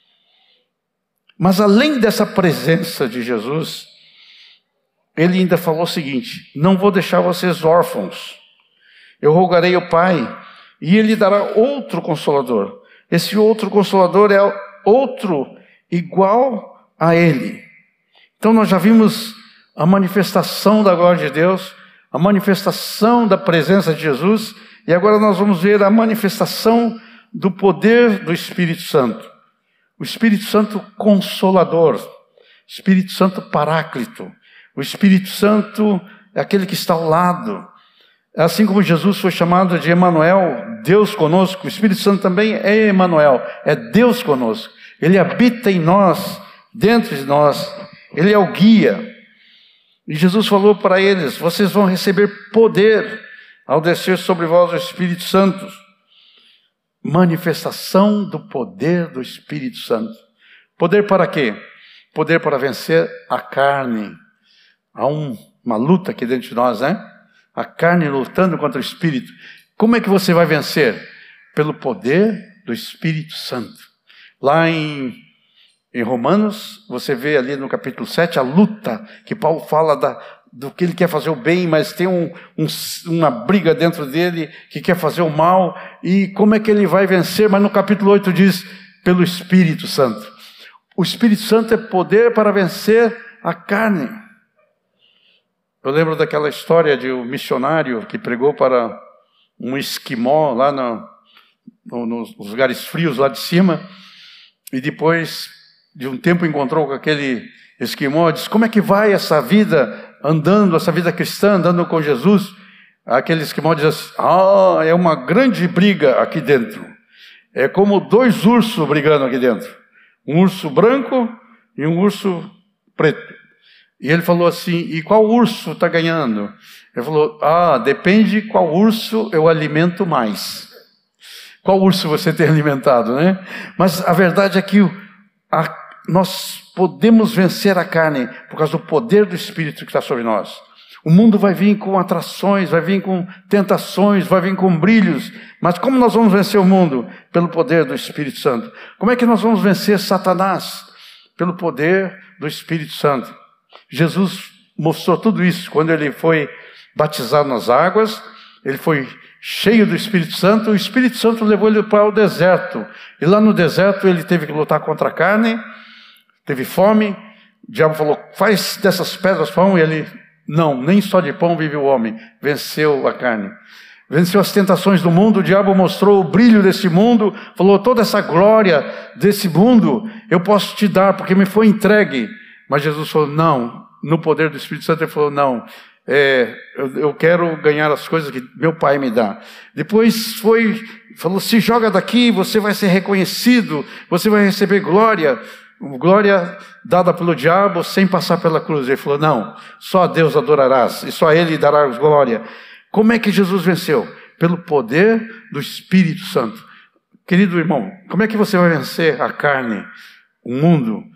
Mas além dessa presença de Jesus, ele ainda falou o seguinte, não vou deixar vocês órfãos, eu rogarei ao Pai, e Ele dará outro Consolador. Esse outro Consolador é outro igual a Ele. Então nós já vimos a manifestação da glória de Deus, a manifestação da presença de Jesus, e agora nós vamos ver a manifestação do poder do Espírito Santo. O Espírito Santo Consolador, Espírito Santo Paráclito, o Espírito Santo é aquele que está ao lado. Assim como Jesus foi chamado de Emanuel, Deus conosco, o Espírito Santo também é Emanuel, é Deus conosco. Ele habita em nós, dentro de nós, Ele é o guia. E Jesus falou para eles, vocês vão receber poder ao descer sobre vós o Espírito Santo. Manifestação do poder do Espírito Santo. Poder para quê? Poder para vencer a carne. Há uma luta aqui dentro de nós, né? A carne lutando contra o Espírito. Como é que você vai vencer? Pelo poder do Espírito Santo. Lá em Romanos, você vê ali no capítulo 7, a luta que Paulo fala do que ele quer fazer o bem, mas tem uma briga dentro dele que quer fazer o mal. E como é que ele vai vencer? Mas no capítulo 8 diz, pelo Espírito Santo. O Espírito Santo é poder para vencer a carne. Eu lembro daquela história de um missionário que pregou para um esquimó lá nos lugares frios lá de cima, e depois de um tempo encontrou com aquele esquimó e disse, como é que vai essa vida andando, essa vida cristã, andando com Jesus? Aquele esquimó diz assim, é uma grande briga aqui dentro. É como dois ursos brigando aqui dentro. Um urso branco e um urso preto. E ele falou assim, e qual urso está ganhando? Ele falou, depende qual urso eu alimento mais. Qual urso você tem alimentado, né? Mas a verdade é que nós podemos vencer a carne por causa do poder do Espírito que está sobre nós. O mundo vai vir com atrações, vai vir com tentações, vai vir com brilhos. Mas como nós vamos vencer o mundo? Pelo poder do Espírito Santo. Como é que nós vamos vencer Satanás? Pelo poder do Espírito Santo. Jesus mostrou tudo isso quando ele foi batizado nas águas, ele foi cheio do Espírito Santo, o Espírito Santo levou ele para o deserto, e lá no deserto ele teve que lutar contra a carne, teve fome, o diabo falou, faz dessas pedras pão, e ele, não, nem só de pão vive o homem, venceu a carne, venceu as tentações do mundo, o diabo mostrou o brilho desse mundo, falou, toda essa glória desse mundo, eu posso te dar, porque me foi entregue. Mas Jesus falou, não, no poder do Espírito Santo, ele falou, não, eu quero ganhar as coisas que meu Pai me dá. Depois falou, se joga daqui, você vai ser reconhecido, você vai receber glória dada pelo diabo sem passar pela cruz. Ele falou, não, só a Deus adorarás, e só a Ele darás glória. Como é que Jesus venceu? Pelo poder do Espírito Santo. Querido irmão, como é que você vai vencer a carne, o mundo,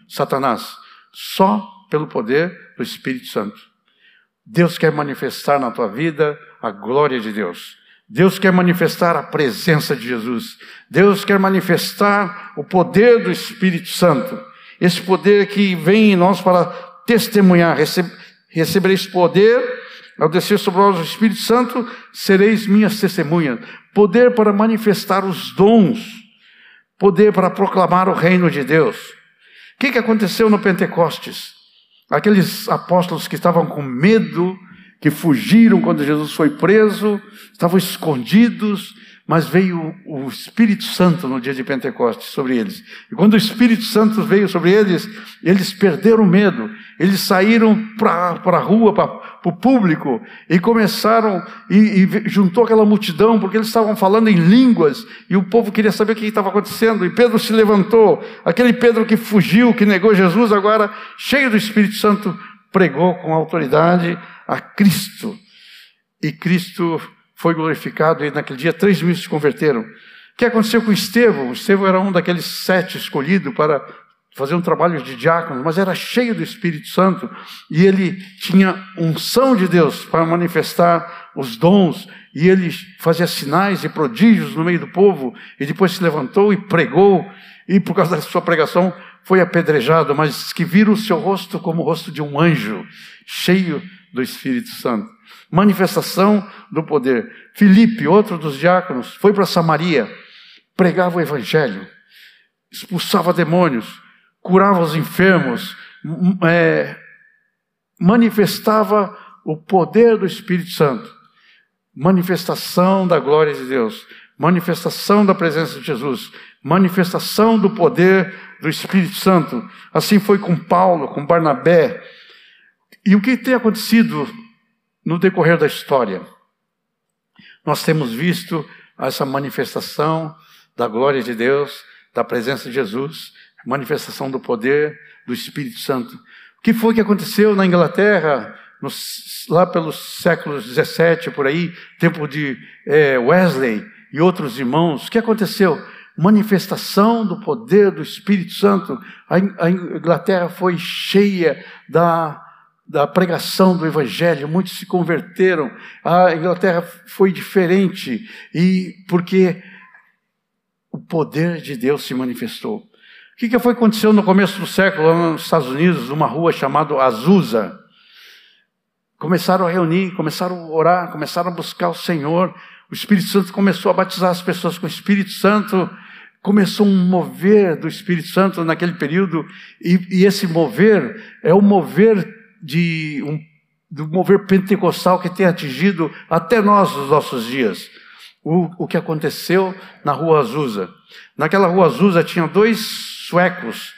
Satanás? Só pelo poder do Espírito Santo. Deus quer manifestar na tua vida a glória de Deus. Deus quer manifestar a presença de Jesus. Deus quer manifestar o poder do Espírito Santo. Esse poder que vem em nós para testemunhar. Recebereis poder ao descer sobre nós o Espírito Santo, sereis minhas testemunhas. Poder para manifestar os dons. Poder para proclamar o reino de Deus. O que aconteceu no Pentecostes? Aqueles apóstolos que estavam com medo, que fugiram quando Jesus foi preso, estavam escondidos, mas veio o Espírito Santo no dia de Pentecostes sobre eles. E quando o Espírito Santo veio sobre eles, eles perderam o medo. Eles saíram para a rua, para o público, e começaram, e juntou aquela multidão, porque eles estavam falando em línguas, e o povo queria saber o que estava acontecendo. E Pedro se levantou, aquele Pedro que fugiu, que negou Jesus, agora, cheio do Espírito Santo, pregou com autoridade a Cristo. E Cristo foi glorificado, e naquele dia 3.000 se converteram. O que aconteceu com Estevão? Estevão era um daqueles 7 escolhidos para fazer um trabalho de diácono, mas era cheio do Espírito Santo, e ele tinha unção de Deus para manifestar os dons, e ele fazia sinais e prodígios no meio do povo, e depois se levantou e pregou, e por causa da sua pregação foi apedrejado, mas que viram o seu rosto como o rosto de um anjo, cheio do Espírito Santo. Manifestação do poder. Filipe, outro dos diáconos, foi para Samaria, pregava o evangelho, expulsava demônios, curava os enfermos, manifestava o poder do Espírito Santo. Manifestação da glória de Deus, manifestação da presença de Jesus, manifestação do poder do Espírito Santo. Assim foi com Paulo, com Barnabé. E o que tem acontecido no decorrer da história? Nós temos visto essa manifestação da glória de Deus, da presença de Jesus, manifestação do poder do Espírito Santo. O que foi que aconteceu na Inglaterra, lá pelos séculos 17, por aí, tempo de Wesley e outros irmãos? O que aconteceu? Manifestação do poder do Espírito Santo. A Inglaterra foi cheia da pregação do Evangelho, muitos se converteram. A Inglaterra foi diferente, e porque o poder de Deus se manifestou. O que foi que aconteceu no começo do século, lá nos Estados Unidos, numa rua chamada Azusa? Começaram a reunir, começaram a orar, começaram a buscar o Senhor. O Espírito Santo começou a batizar as pessoas com o Espírito Santo. Começou um mover do Espírito Santo naquele período, e esse mover é o mover do mover pentecostal que tem atingido até nós nos nossos dias. O que aconteceu na Rua Azusa. Naquela Rua Azusa tinha 2 suecos,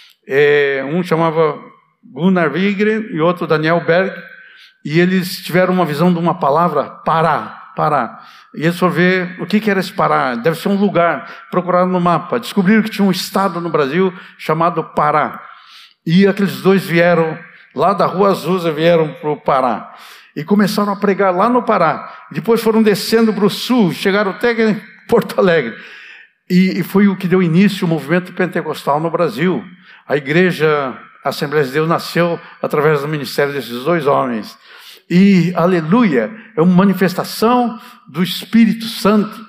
um chamava Gunnar Wigren e outro Daniel Berg, e eles tiveram uma visão de uma palavra, Pará. E eles foram ver o que era esse Pará. Deve ser um lugar. Procuraram no mapa, descobriram que tinha um estado no Brasil chamado Pará. E aqueles 2 vieram lá da Rua Azusa, vieram para o Pará. E começaram a pregar lá no Pará. Depois foram descendo para o sul, chegaram até em Porto Alegre. E foi o que deu início ao movimento pentecostal no Brasil. A igreja Assembleia de Deus nasceu através do ministério desses 2 homens. E, aleluia, é uma manifestação do Espírito Santo.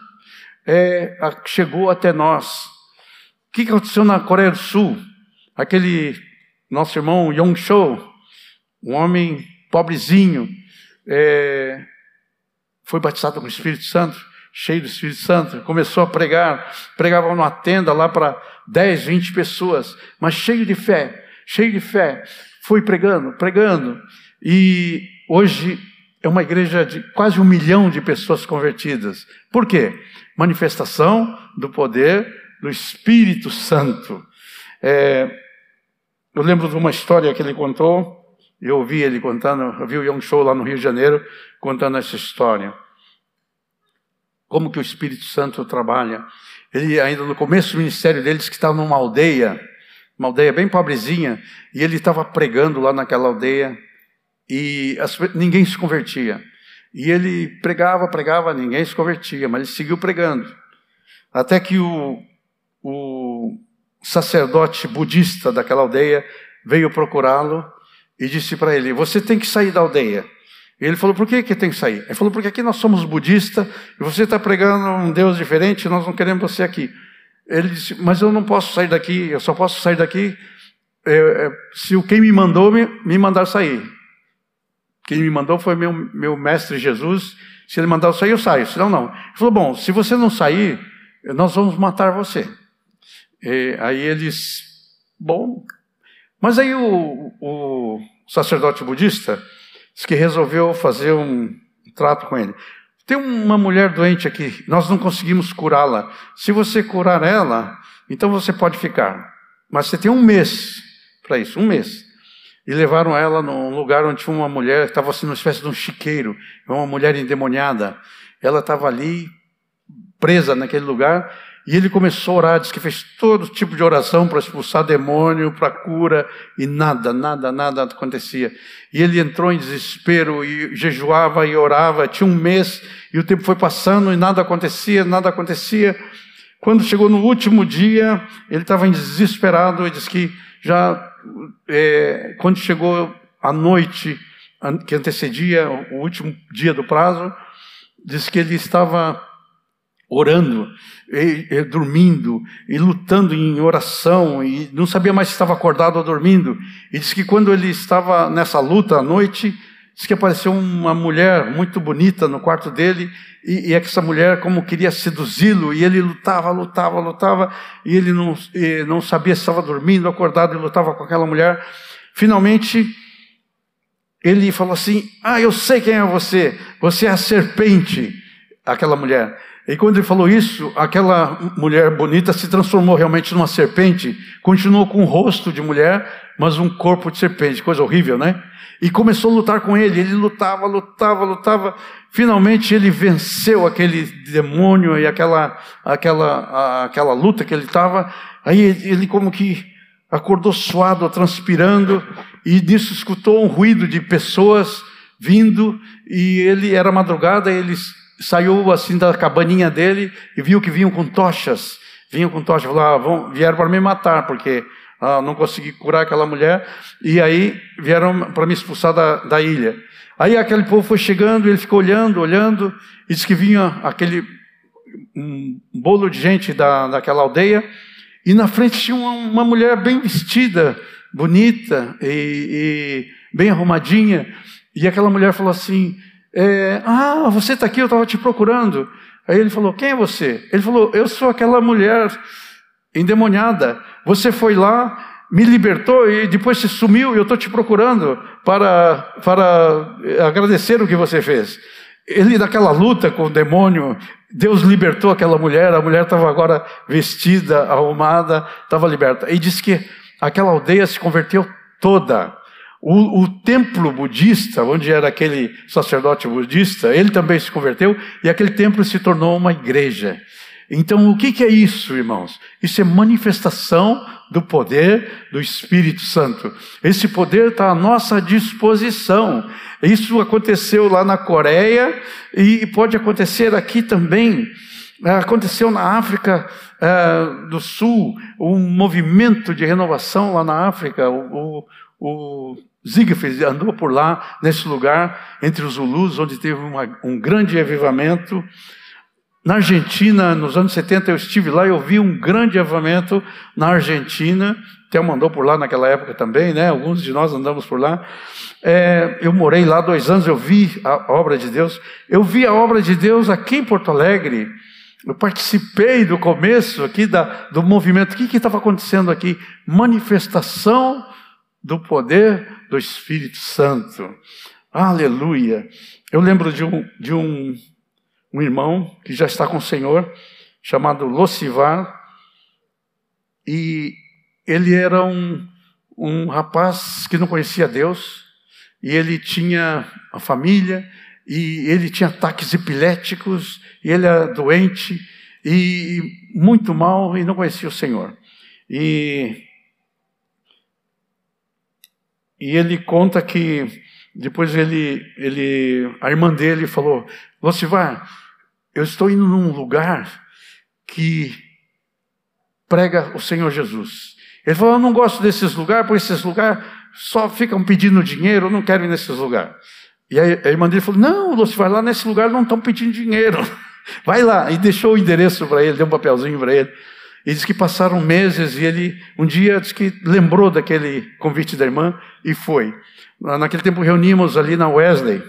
Chegou até nós. O que aconteceu na Coreia do Sul? Aquele nosso irmão Yong Cho, um homem pobrezinho, foi batizado com o Espírito Santo, cheio do Espírito Santo, começou a pregar, pregava numa tenda lá para 10, 20 pessoas, mas cheio de fé, foi pregando, e hoje é uma igreja de quase 1 milhão de pessoas convertidas. Por quê? Manifestação do poder do Espírito Santo. Eu lembro de uma história que ele contou, eu ouvi ele contando, eu vi o Yong Cho lá no Rio de Janeiro, contando essa história. Como que o Espírito Santo trabalha. Ele, ainda no começo do ministério dele, disse que estava numa aldeia, uma aldeia bem pobrezinha, e ele estava pregando lá naquela aldeia, e ninguém se convertia. E ele pregava, ninguém se convertia, mas ele seguiu pregando. Até que o sacerdote budista daquela aldeia veio procurá-lo e disse para ele: você tem que sair da aldeia. E ele falou: por que tem que sair? Ele falou: porque aqui nós somos budistas e você está pregando um Deus diferente, nós não queremos você aqui. Ele disse: mas eu não posso sair daqui, eu só posso sair daqui se quem me mandou me mandar sair. Quem me mandou foi meu mestre Jesus. Se ele mandar eu sair, eu saio, senão não. Ele falou: bom, se você não sair, nós vamos matar você. Aí eles, bom. Mas aí o sacerdote budista disse que resolveu fazer um trato com ele. Tem uma mulher doente aqui, nós não conseguimos curá-la. Se você curar ela, então você pode ficar. Mas você tem um mês para isso, um mês. E levaram ela num lugar onde tinha uma mulher que estava assim, numa espécie de um chiqueiro, uma mulher endemoniada. Ela estava ali, presa naquele lugar, e ele começou a orar, disse que fez todo tipo de oração para expulsar demônio, para cura, e nada acontecia. E ele entrou em desespero, e jejuava e orava, tinha um mês, e o tempo foi passando, e nada acontecia. Quando chegou no último dia, ele estava desesperado, e disse que quando chegou a noite que antecedia o último dia do prazo, disse que ele estava orando, dormindo, e lutando em oração, e não sabia mais se estava acordado ou dormindo. E disse que quando ele estava nessa luta à noite, disse que apareceu uma mulher muito bonita no quarto dele, e essa mulher como queria seduzi-lo, e ele lutava, e ele não sabia se estava dormindo, acordado, e lutava com aquela mulher. Finalmente, ele falou assim: eu sei quem é você é a serpente, aquela mulher. E quando ele falou isso, aquela mulher bonita se transformou realmente numa serpente, continuou com o rosto de mulher, mas um corpo de serpente, coisa horrível, né? E começou a lutar com ele, lutava. Finalmente ele venceu aquele demônio e aquela luta que ele estava. Aí ele como que acordou suado, transpirando, e nisso escutou um ruído de pessoas vindo, e ele era madrugada, ele saiu assim da cabaninha dele e viu que vinham com tochas, falou: vieram para me matar, porque não consegui curar aquela mulher, e aí vieram para me expulsar da ilha. Aí aquele povo foi chegando, ele ficou olhando, e disse que vinha um bolo de gente daquela aldeia, e na frente tinha uma mulher bem vestida, bonita e bem arrumadinha, e aquela mulher falou assim: você está aqui, eu estava te procurando. Aí ele falou: quem é você? Ele falou: eu sou aquela mulher endemoniada, você foi lá, me libertou e depois se sumiu, e eu estou te procurando para agradecer o que você fez. Ele, naquela luta com o demônio, Deus libertou aquela mulher, a mulher estava agora vestida, arrumada, estava liberta. E disse que aquela aldeia se converteu toda. O templo budista, onde era aquele sacerdote budista, ele também se converteu, e aquele templo se tornou uma igreja. Então, o que é isso, irmãos? Isso é manifestação do poder do Espírito Santo. Esse poder está à nossa disposição. Isso aconteceu lá na Coreia e pode acontecer aqui também. Aconteceu na África do Sul, um movimento de renovação lá na África. O Siegfried andou por lá, nesse lugar, entre os Zulus, onde teve um grande avivamento. Na Argentina, nos anos 70, eu estive lá e eu vi um grande avivamento na Argentina. Theo mandou por lá naquela época também, né? Alguns de nós andamos por lá. Eu morei lá 2 anos, eu vi a obra de Deus. Eu vi a obra de Deus aqui em Porto Alegre. Eu participei do começo aqui do movimento. O que estava acontecendo aqui? Manifestação do poder do Espírito Santo. Aleluia! Eu lembro de um irmão que já está com o Senhor, chamado Locivar, e ele era um rapaz que não conhecia Deus, e ele tinha a família, e ele tinha ataques epiléticos, e ele era doente, e muito mal, e não conhecia o Senhor. E ele conta que depois a irmã dele falou: Locivar, eu estou indo num lugar que prega o Senhor Jesus. Ele falou, eu não gosto desses lugares, porque esses lugares só ficam pedindo dinheiro, eu não quero ir nesses lugares. E aí a irmã dele falou, não, Lúcio, vai lá nesse lugar, não estão pedindo dinheiro. Vai lá. E deixou o endereço para ele, deu um papelzinho para ele. E diz que passaram meses e ele, um dia, diz que lembrou daquele convite da irmã e foi. Naquele tempo reuníamos ali na Wesley.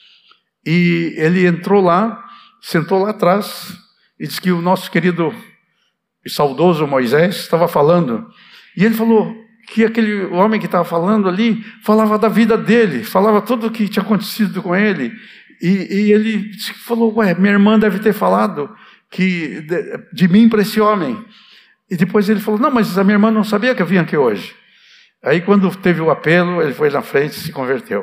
E ele entrou lá, sentou lá atrás e disse que o nosso querido e saudoso Moisés estava falando. E ele falou que aquele homem que estava falando ali falava da vida dele, falava tudo o que tinha acontecido com ele. E ele falou, ué, minha irmã deve ter falado que de mim para esse homem. E depois ele falou, não, mas a minha irmã não sabia que eu vinha aqui hoje. Aí quando teve o apelo, ele foi na frente e se converteu.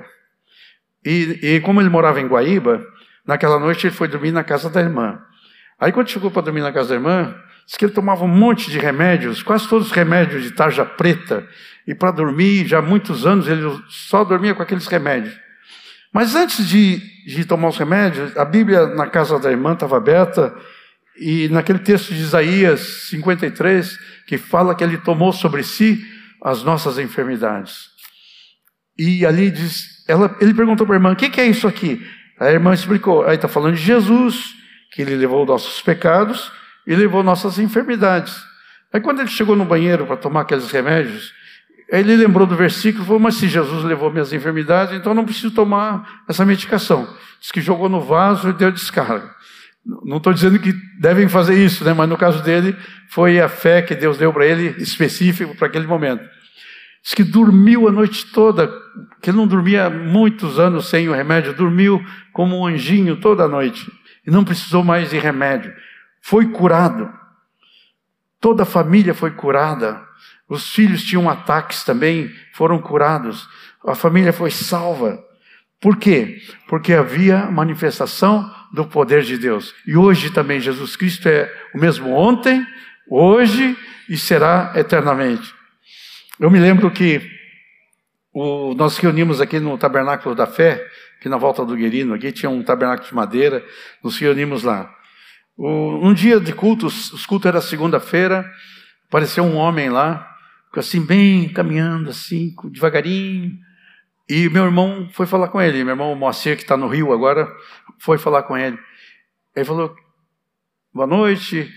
E como ele morava em Guaíba, naquela noite ele foi dormir na casa da irmã. Aí quando chegou para dormir na casa da irmã, disse que ele tomava um monte de remédios, quase todos os remédios de tarja preta, e para dormir, já há muitos anos, ele só dormia com aqueles remédios. Mas antes de tomar os remédios, a Bíblia na casa da irmã estava aberta, e naquele texto de Isaías 53, que fala que ele tomou sobre si as nossas enfermidades. E ali diz, ele perguntou para a irmã, o que é isso aqui? A irmã explicou, aí está falando de Jesus, que ele levou nossos pecados e levou nossas enfermidades. Aí quando ele chegou no banheiro para tomar aqueles remédios, ele lembrou do versículo e falou, mas se Jesus levou minhas enfermidades, então não preciso tomar essa medicação. Diz que jogou no vaso e deu descarga. Não estou dizendo que devem fazer isso, né? Mas no caso dele, foi a fé que Deus deu para ele, específico para aquele momento. Diz que dormiu a noite toda, que ele não dormia muitos anos sem o remédio, dormiu como um anjinho toda a noite, e não precisou mais de remédio. Foi curado. Toda a família foi curada. Os filhos tinham ataques também, foram curados. A família foi salva. Por quê? Porque havia manifestação do poder de Deus. E hoje também Jesus Cristo é o mesmo ontem, hoje e será eternamente. Eu me lembro que nós reunimos aqui no Tabernáculo da Fé, aqui na volta do Guerino, aqui tinha um tabernáculo de madeira, nos reunimos lá. Um dia de cultos, os cultos era segunda-feira, apareceu um homem lá, assim bem caminhando, assim, devagarinho, e meu irmão foi falar com ele, meu irmão Moacir, que está no Rio agora, foi falar com ele. Ele falou, boa noite,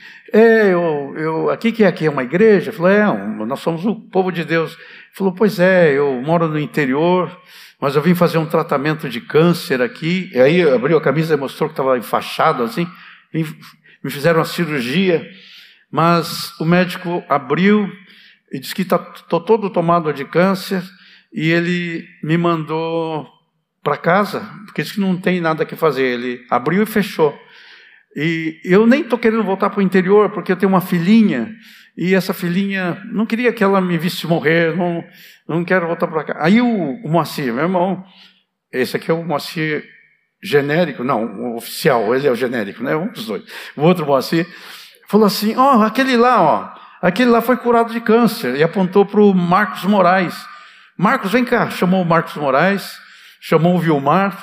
aqui é uma igreja? Eu falei, nós somos o povo de Deus. Ele falou, pois é, eu moro no interior, mas eu vim fazer um tratamento de câncer aqui. E aí abriu a camisa e mostrou que estava enfaixado assim, me fizeram uma cirurgia, mas o médico abriu e disse que estou todo tomado de câncer, e ele me mandou para casa, porque disse que não tem nada que fazer. Ele abriu e fechou. E eu nem estou querendo voltar para o interior, porque eu tenho uma filhinha, e essa filhinha, não queria que ela me visse morrer, não quero voltar para cá. Aí o Moacir, meu irmão, esse aqui é o Moacir genérico, não, o oficial, ele é o genérico, né? Um dos dois. O outro Moacir falou assim, aquele lá foi curado de câncer, e apontou para o Marcos Moraes. Marcos, vem cá, chamou o Marcos Moraes, chamou o Vilmar,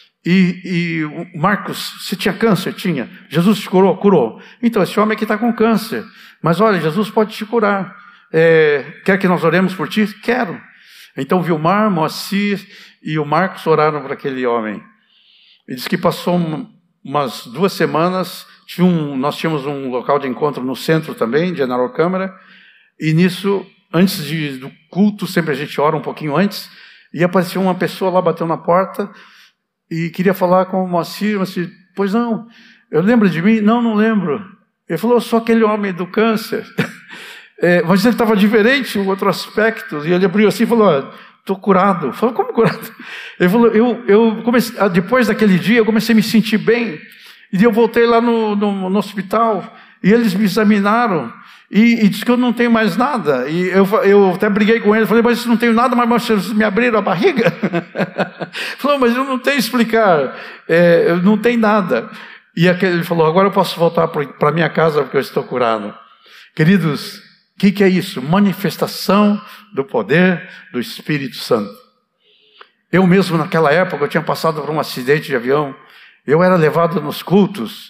e o Marcos, você tinha câncer? Tinha. Jesus te curou? Curou. Então, esse homem aqui está com câncer, mas olha, Jesus pode te curar. Quer que nós oremos por ti? Quero. Então, o Vilmar, Moacir e o Marcos oraram para aquele homem. Ele disse que passou umas 2 semanas, nós tínhamos um local de encontro no centro também, de General Câmara, e nisso, antes do culto, sempre a gente ora um pouquinho antes, e apareceu uma pessoa lá, bateu na porta, e queria falar com o Moacir, pois não, eu lembro de mim? Não lembro. Ele falou, eu sou aquele homem do câncer. Mas ele estava diferente, um outro aspecto, e ele abriu assim e falou, estou curado. Eu falei, como curado? Ele falou, eu comecei, depois daquele dia, eu comecei a me sentir bem, e eu voltei lá no hospital, e eles me examinaram, e disse que eu não tenho mais nada. E eu até briguei com ele, falei, mas não tenho nada, mas vocês me abriram a barriga? Falou, mas eu não tenho explicar, eu não tenho nada. E ele falou, agora eu posso voltar para minha casa porque eu estou curado. Queridos, o que é isso? Manifestação do poder do Espírito Santo. Eu mesmo naquela época, eu tinha passado por um acidente de avião, eu era levado nos cultos,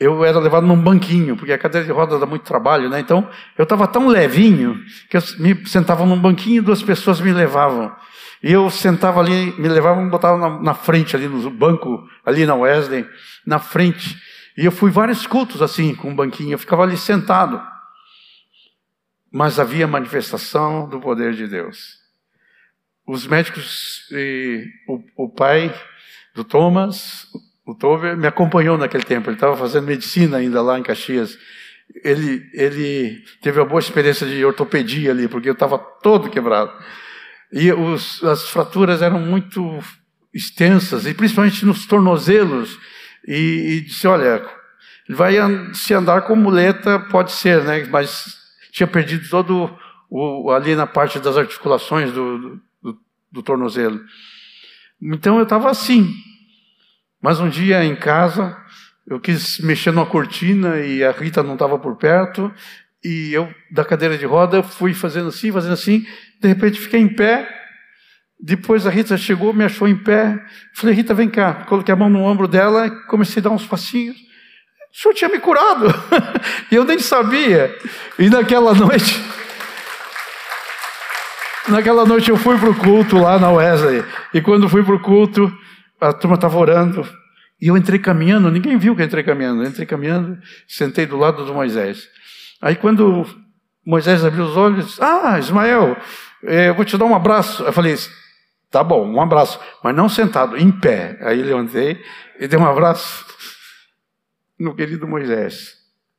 eu era levado num banquinho, porque a cadeira de rodas dá muito trabalho, né? Então, eu estava tão levinho que eu me sentava num banquinho e 2 pessoas me levavam. E eu sentava ali, me levavam e botavam na frente, ali no banco, ali na Wesley, na frente. E eu fui vários cultos assim, com um banquinho, eu ficava ali sentado. Mas havia manifestação do poder de Deus. Os médicos, o pai do Thomas, o Tover, me acompanhou naquele tempo. Ele estava fazendo medicina ainda lá em Caxias. Ele teve uma boa experiência de ortopedia ali, porque eu estava todo quebrado. E as fraturas eram muito extensas, e principalmente nos tornozelos. E disse, olha, vai se andar com muleta, pode ser, né? Mas tinha perdido todo ali na parte das articulações do tornozelo. Então eu estava assim. Mas um dia em casa, eu quis mexer numa cortina e a Rita não estava por perto. E eu, da cadeira de roda, fui fazendo assim. De repente fiquei em pé. Depois a Rita chegou, me achou em pé. Falei, Rita, vem cá. Coloquei a mão no ombro dela e comecei a dar uns passinhos. O senhor tinha me curado. E eu nem sabia. E naquela noite eu fui para o culto lá na Wesley. E quando fui para o culto, a turma estava orando. E eu entrei caminhando, ninguém viu que eu entrei caminhando. Eu entrei caminhando, sentei do lado do Moisés. Aí quando Moisés abriu os olhos, Ismael, eu vou te dar um abraço. Eu falei, tá bom, um abraço, mas não sentado, em pé. Aí eu levantei e dei um abraço no querido Moisés.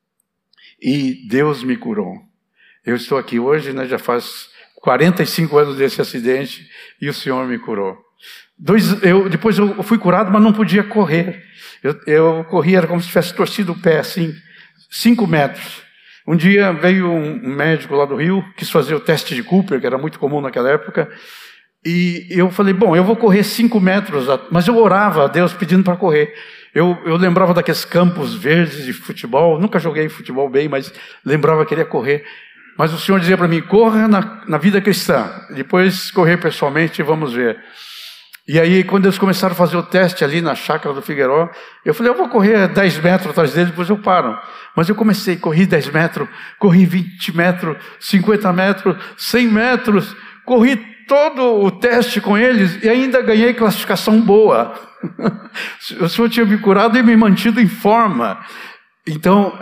E Deus me curou. Eu estou aqui hoje, né, já faz 45 anos desse acidente, e o Senhor me curou. Depois eu fui curado, mas não podia correr. Eu corria, era como se tivesse torcido o pé, assim, 5 metros. Um dia veio um médico lá do Rio, quis fazer o teste de Cooper, que era muito comum naquela época, e eu falei, bom, eu vou correr 5 metros, mas eu orava a Deus pedindo para correr. Eu lembrava daqueles campos verdes de futebol, nunca joguei futebol bem, mas lembrava que queria correr. Mas o Senhor dizia para mim, corra na vida cristã, depois correr pessoalmente, vamos ver. E aí, quando eles começaram a fazer o teste ali na chácara do Figueiró, eu falei, eu vou correr 10 metros atrás deles, depois eu paro. Mas eu corri 10 metros, corri 20 metros, 50 metros, 100 metros, corri todo o teste com eles e ainda ganhei classificação boa. O Senhor tinha me curado e me mantido em forma. Então,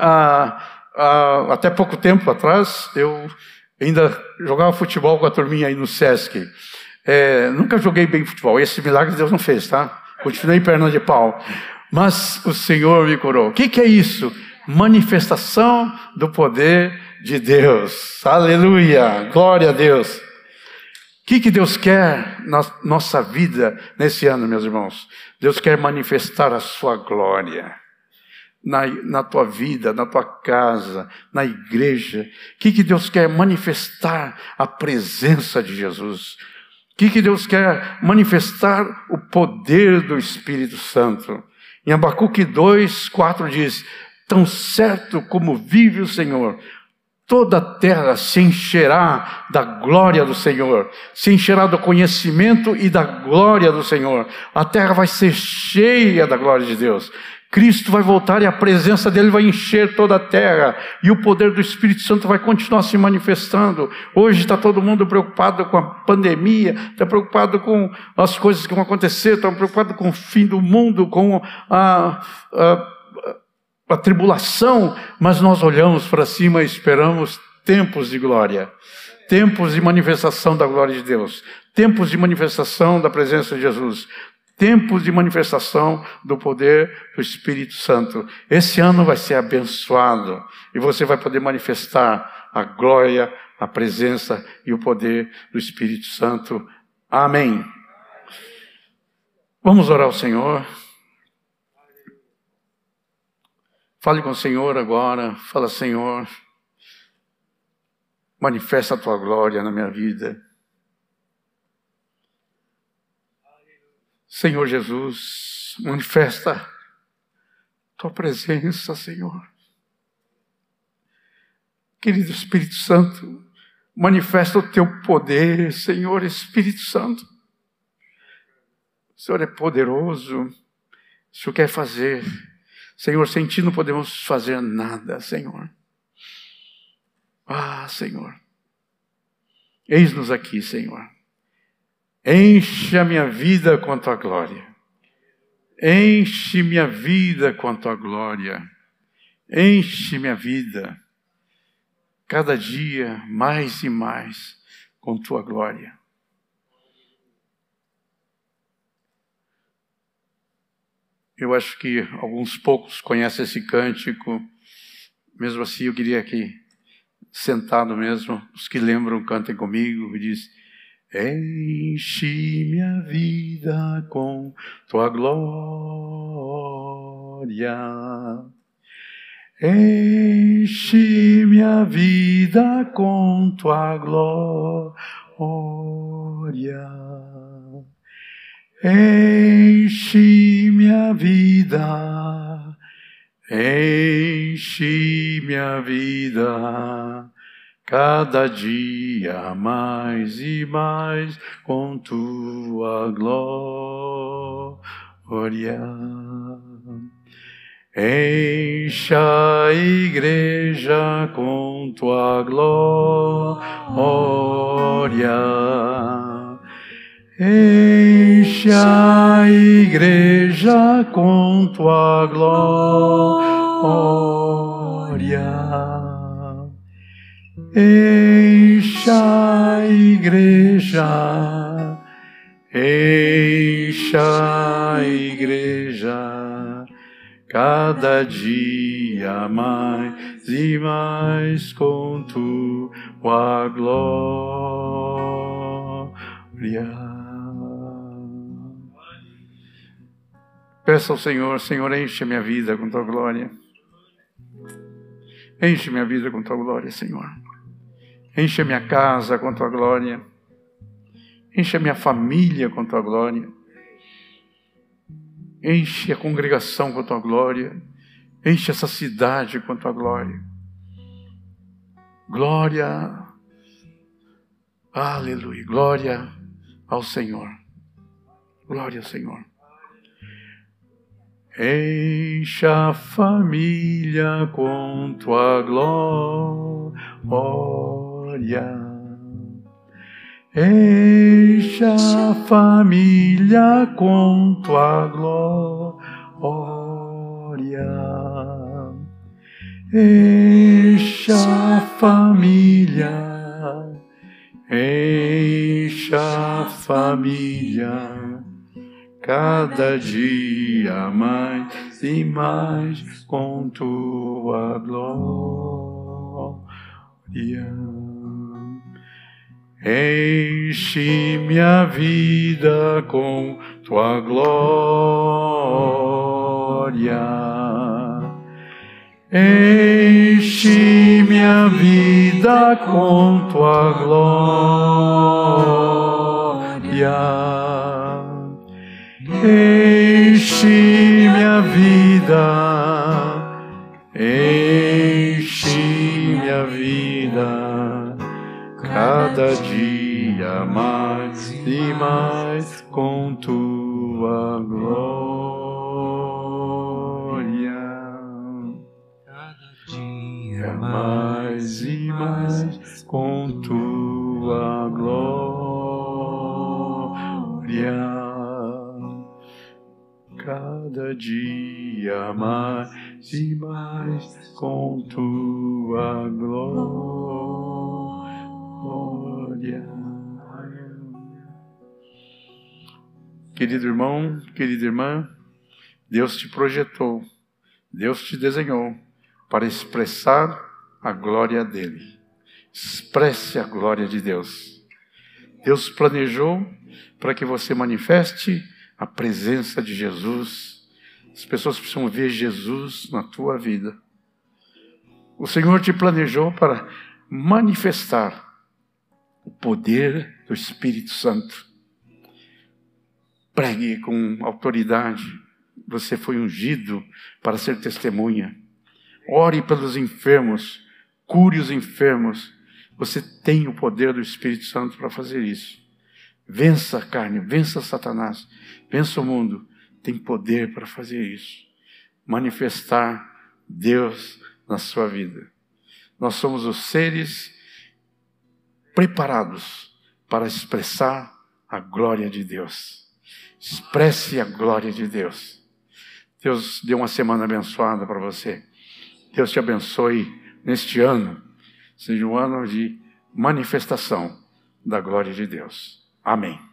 até pouco tempo atrás, eu ainda jogava futebol com a turminha aí no Sesc. Nunca joguei bem futebol. Esse milagre Deus não fez, tá? Continuei perna de pau. Mas o Senhor me curou. O que é isso? Manifestação do poder de Deus. Aleluia! Glória a Deus! O que Deus quer na nossa vida nesse ano, meus irmãos? Deus quer manifestar a sua glória na tua vida, na tua casa, na igreja. O que Deus quer manifestar? A presença de Jesus. O que Deus quer manifestar? O poder do Espírito Santo. Em Abacuque 2:4 diz, tão certo como vive o Senhor, toda a terra se encherá da glória do Senhor, se encherá do conhecimento e da glória do Senhor. A terra vai ser cheia da glória de Deus. Cristo vai voltar e a presença dele vai encher toda a terra. E o poder do Espírito Santo vai continuar se manifestando. Hoje está todo mundo preocupado com a pandemia, está preocupado com as coisas que vão acontecer, está preocupado com o fim do mundo, com a tribulação. Mas nós olhamos para cima e esperamos tempos de glória. Tempos de manifestação da glória de Deus. Tempos de manifestação da presença de Jesus. Tempos de manifestação do poder do Espírito Santo. Esse ano vai ser abençoado e você vai poder manifestar a glória, a presença e o poder do Espírito Santo. Amém. Vamos orar ao Senhor. Fale com o Senhor agora. Fala, Senhor, manifesta a tua glória na minha vida. Senhor Jesus, manifesta tua presença, Senhor. Querido Espírito Santo, manifesta o teu poder, Senhor Espírito Santo. O Senhor é poderoso, o Senhor quer fazer. Senhor, sem Ti não podemos fazer nada, Senhor. Ah, Senhor, eis-nos aqui, Senhor. Enche a minha vida com a Tua glória. Enche minha vida com a Tua glória. Enche minha vida, cada dia mais e mais, com Tua glória. Eu acho que alguns poucos conhecem esse cântico. Mesmo assim, eu queria que, sentado mesmo, os que lembram, cantem comigo. E diz: enche minha vida com Tua glória. Enche minha vida com Tua glória. Enche minha vida, enche minha vida, cada dia mais e mais com Tua glória. Enche a igreja com Tua glória. Enche a igreja com Tua glória. Enche a igreja. Enche a igreja. Cada dia mais e mais com Tua glória. Peça ao Senhor: Senhor, enche minha vida com Tua glória. Enche minha vida com Tua glória, Senhor. Enche a minha casa com Tua glória. Enche a minha família com Tua glória. Enche a congregação com Tua glória. Enche essa cidade com Tua glória. Glória, aleluia, glória ao Senhor. Glória ao Senhor. Enche a família com Tua glória. Enche a família com Tua glória. Enche a família. Enche a família. Cada dia mais e mais com Tua glória. Enche minha vida com Tua glória. Enche minha vida com Tua glória. Enche minha vida, enche minha vida, cada dia mais e mais com Tua glória. Cada dia mais e mais com Tua glória. Cada dia mais e mais com Tua glória. Querido irmão, querida irmã, Deus te projetou, Deus te desenhou para expressar a glória dEle. Expresse a glória de Deus. Deus planejou para que você manifeste a presença de Jesus. As pessoas precisam ver Jesus na tua vida. O Senhor te planejou para manifestar o poder do Espírito Santo. Pregue com autoridade. Você foi ungido para ser testemunha. Ore pelos enfermos. Cure os enfermos. Você tem o poder do Espírito Santo para fazer isso. Vença a carne, vença Satanás, vença o mundo. Tem poder para fazer isso. manifestar Deus na sua vida. Nós somos os seres preparados para expressar a glória de Deus. Expresse a glória de Deus. Deus deu uma semana abençoada para você. Deus te abençoe neste ano. Seja um ano de manifestação da glória de Deus. Amém.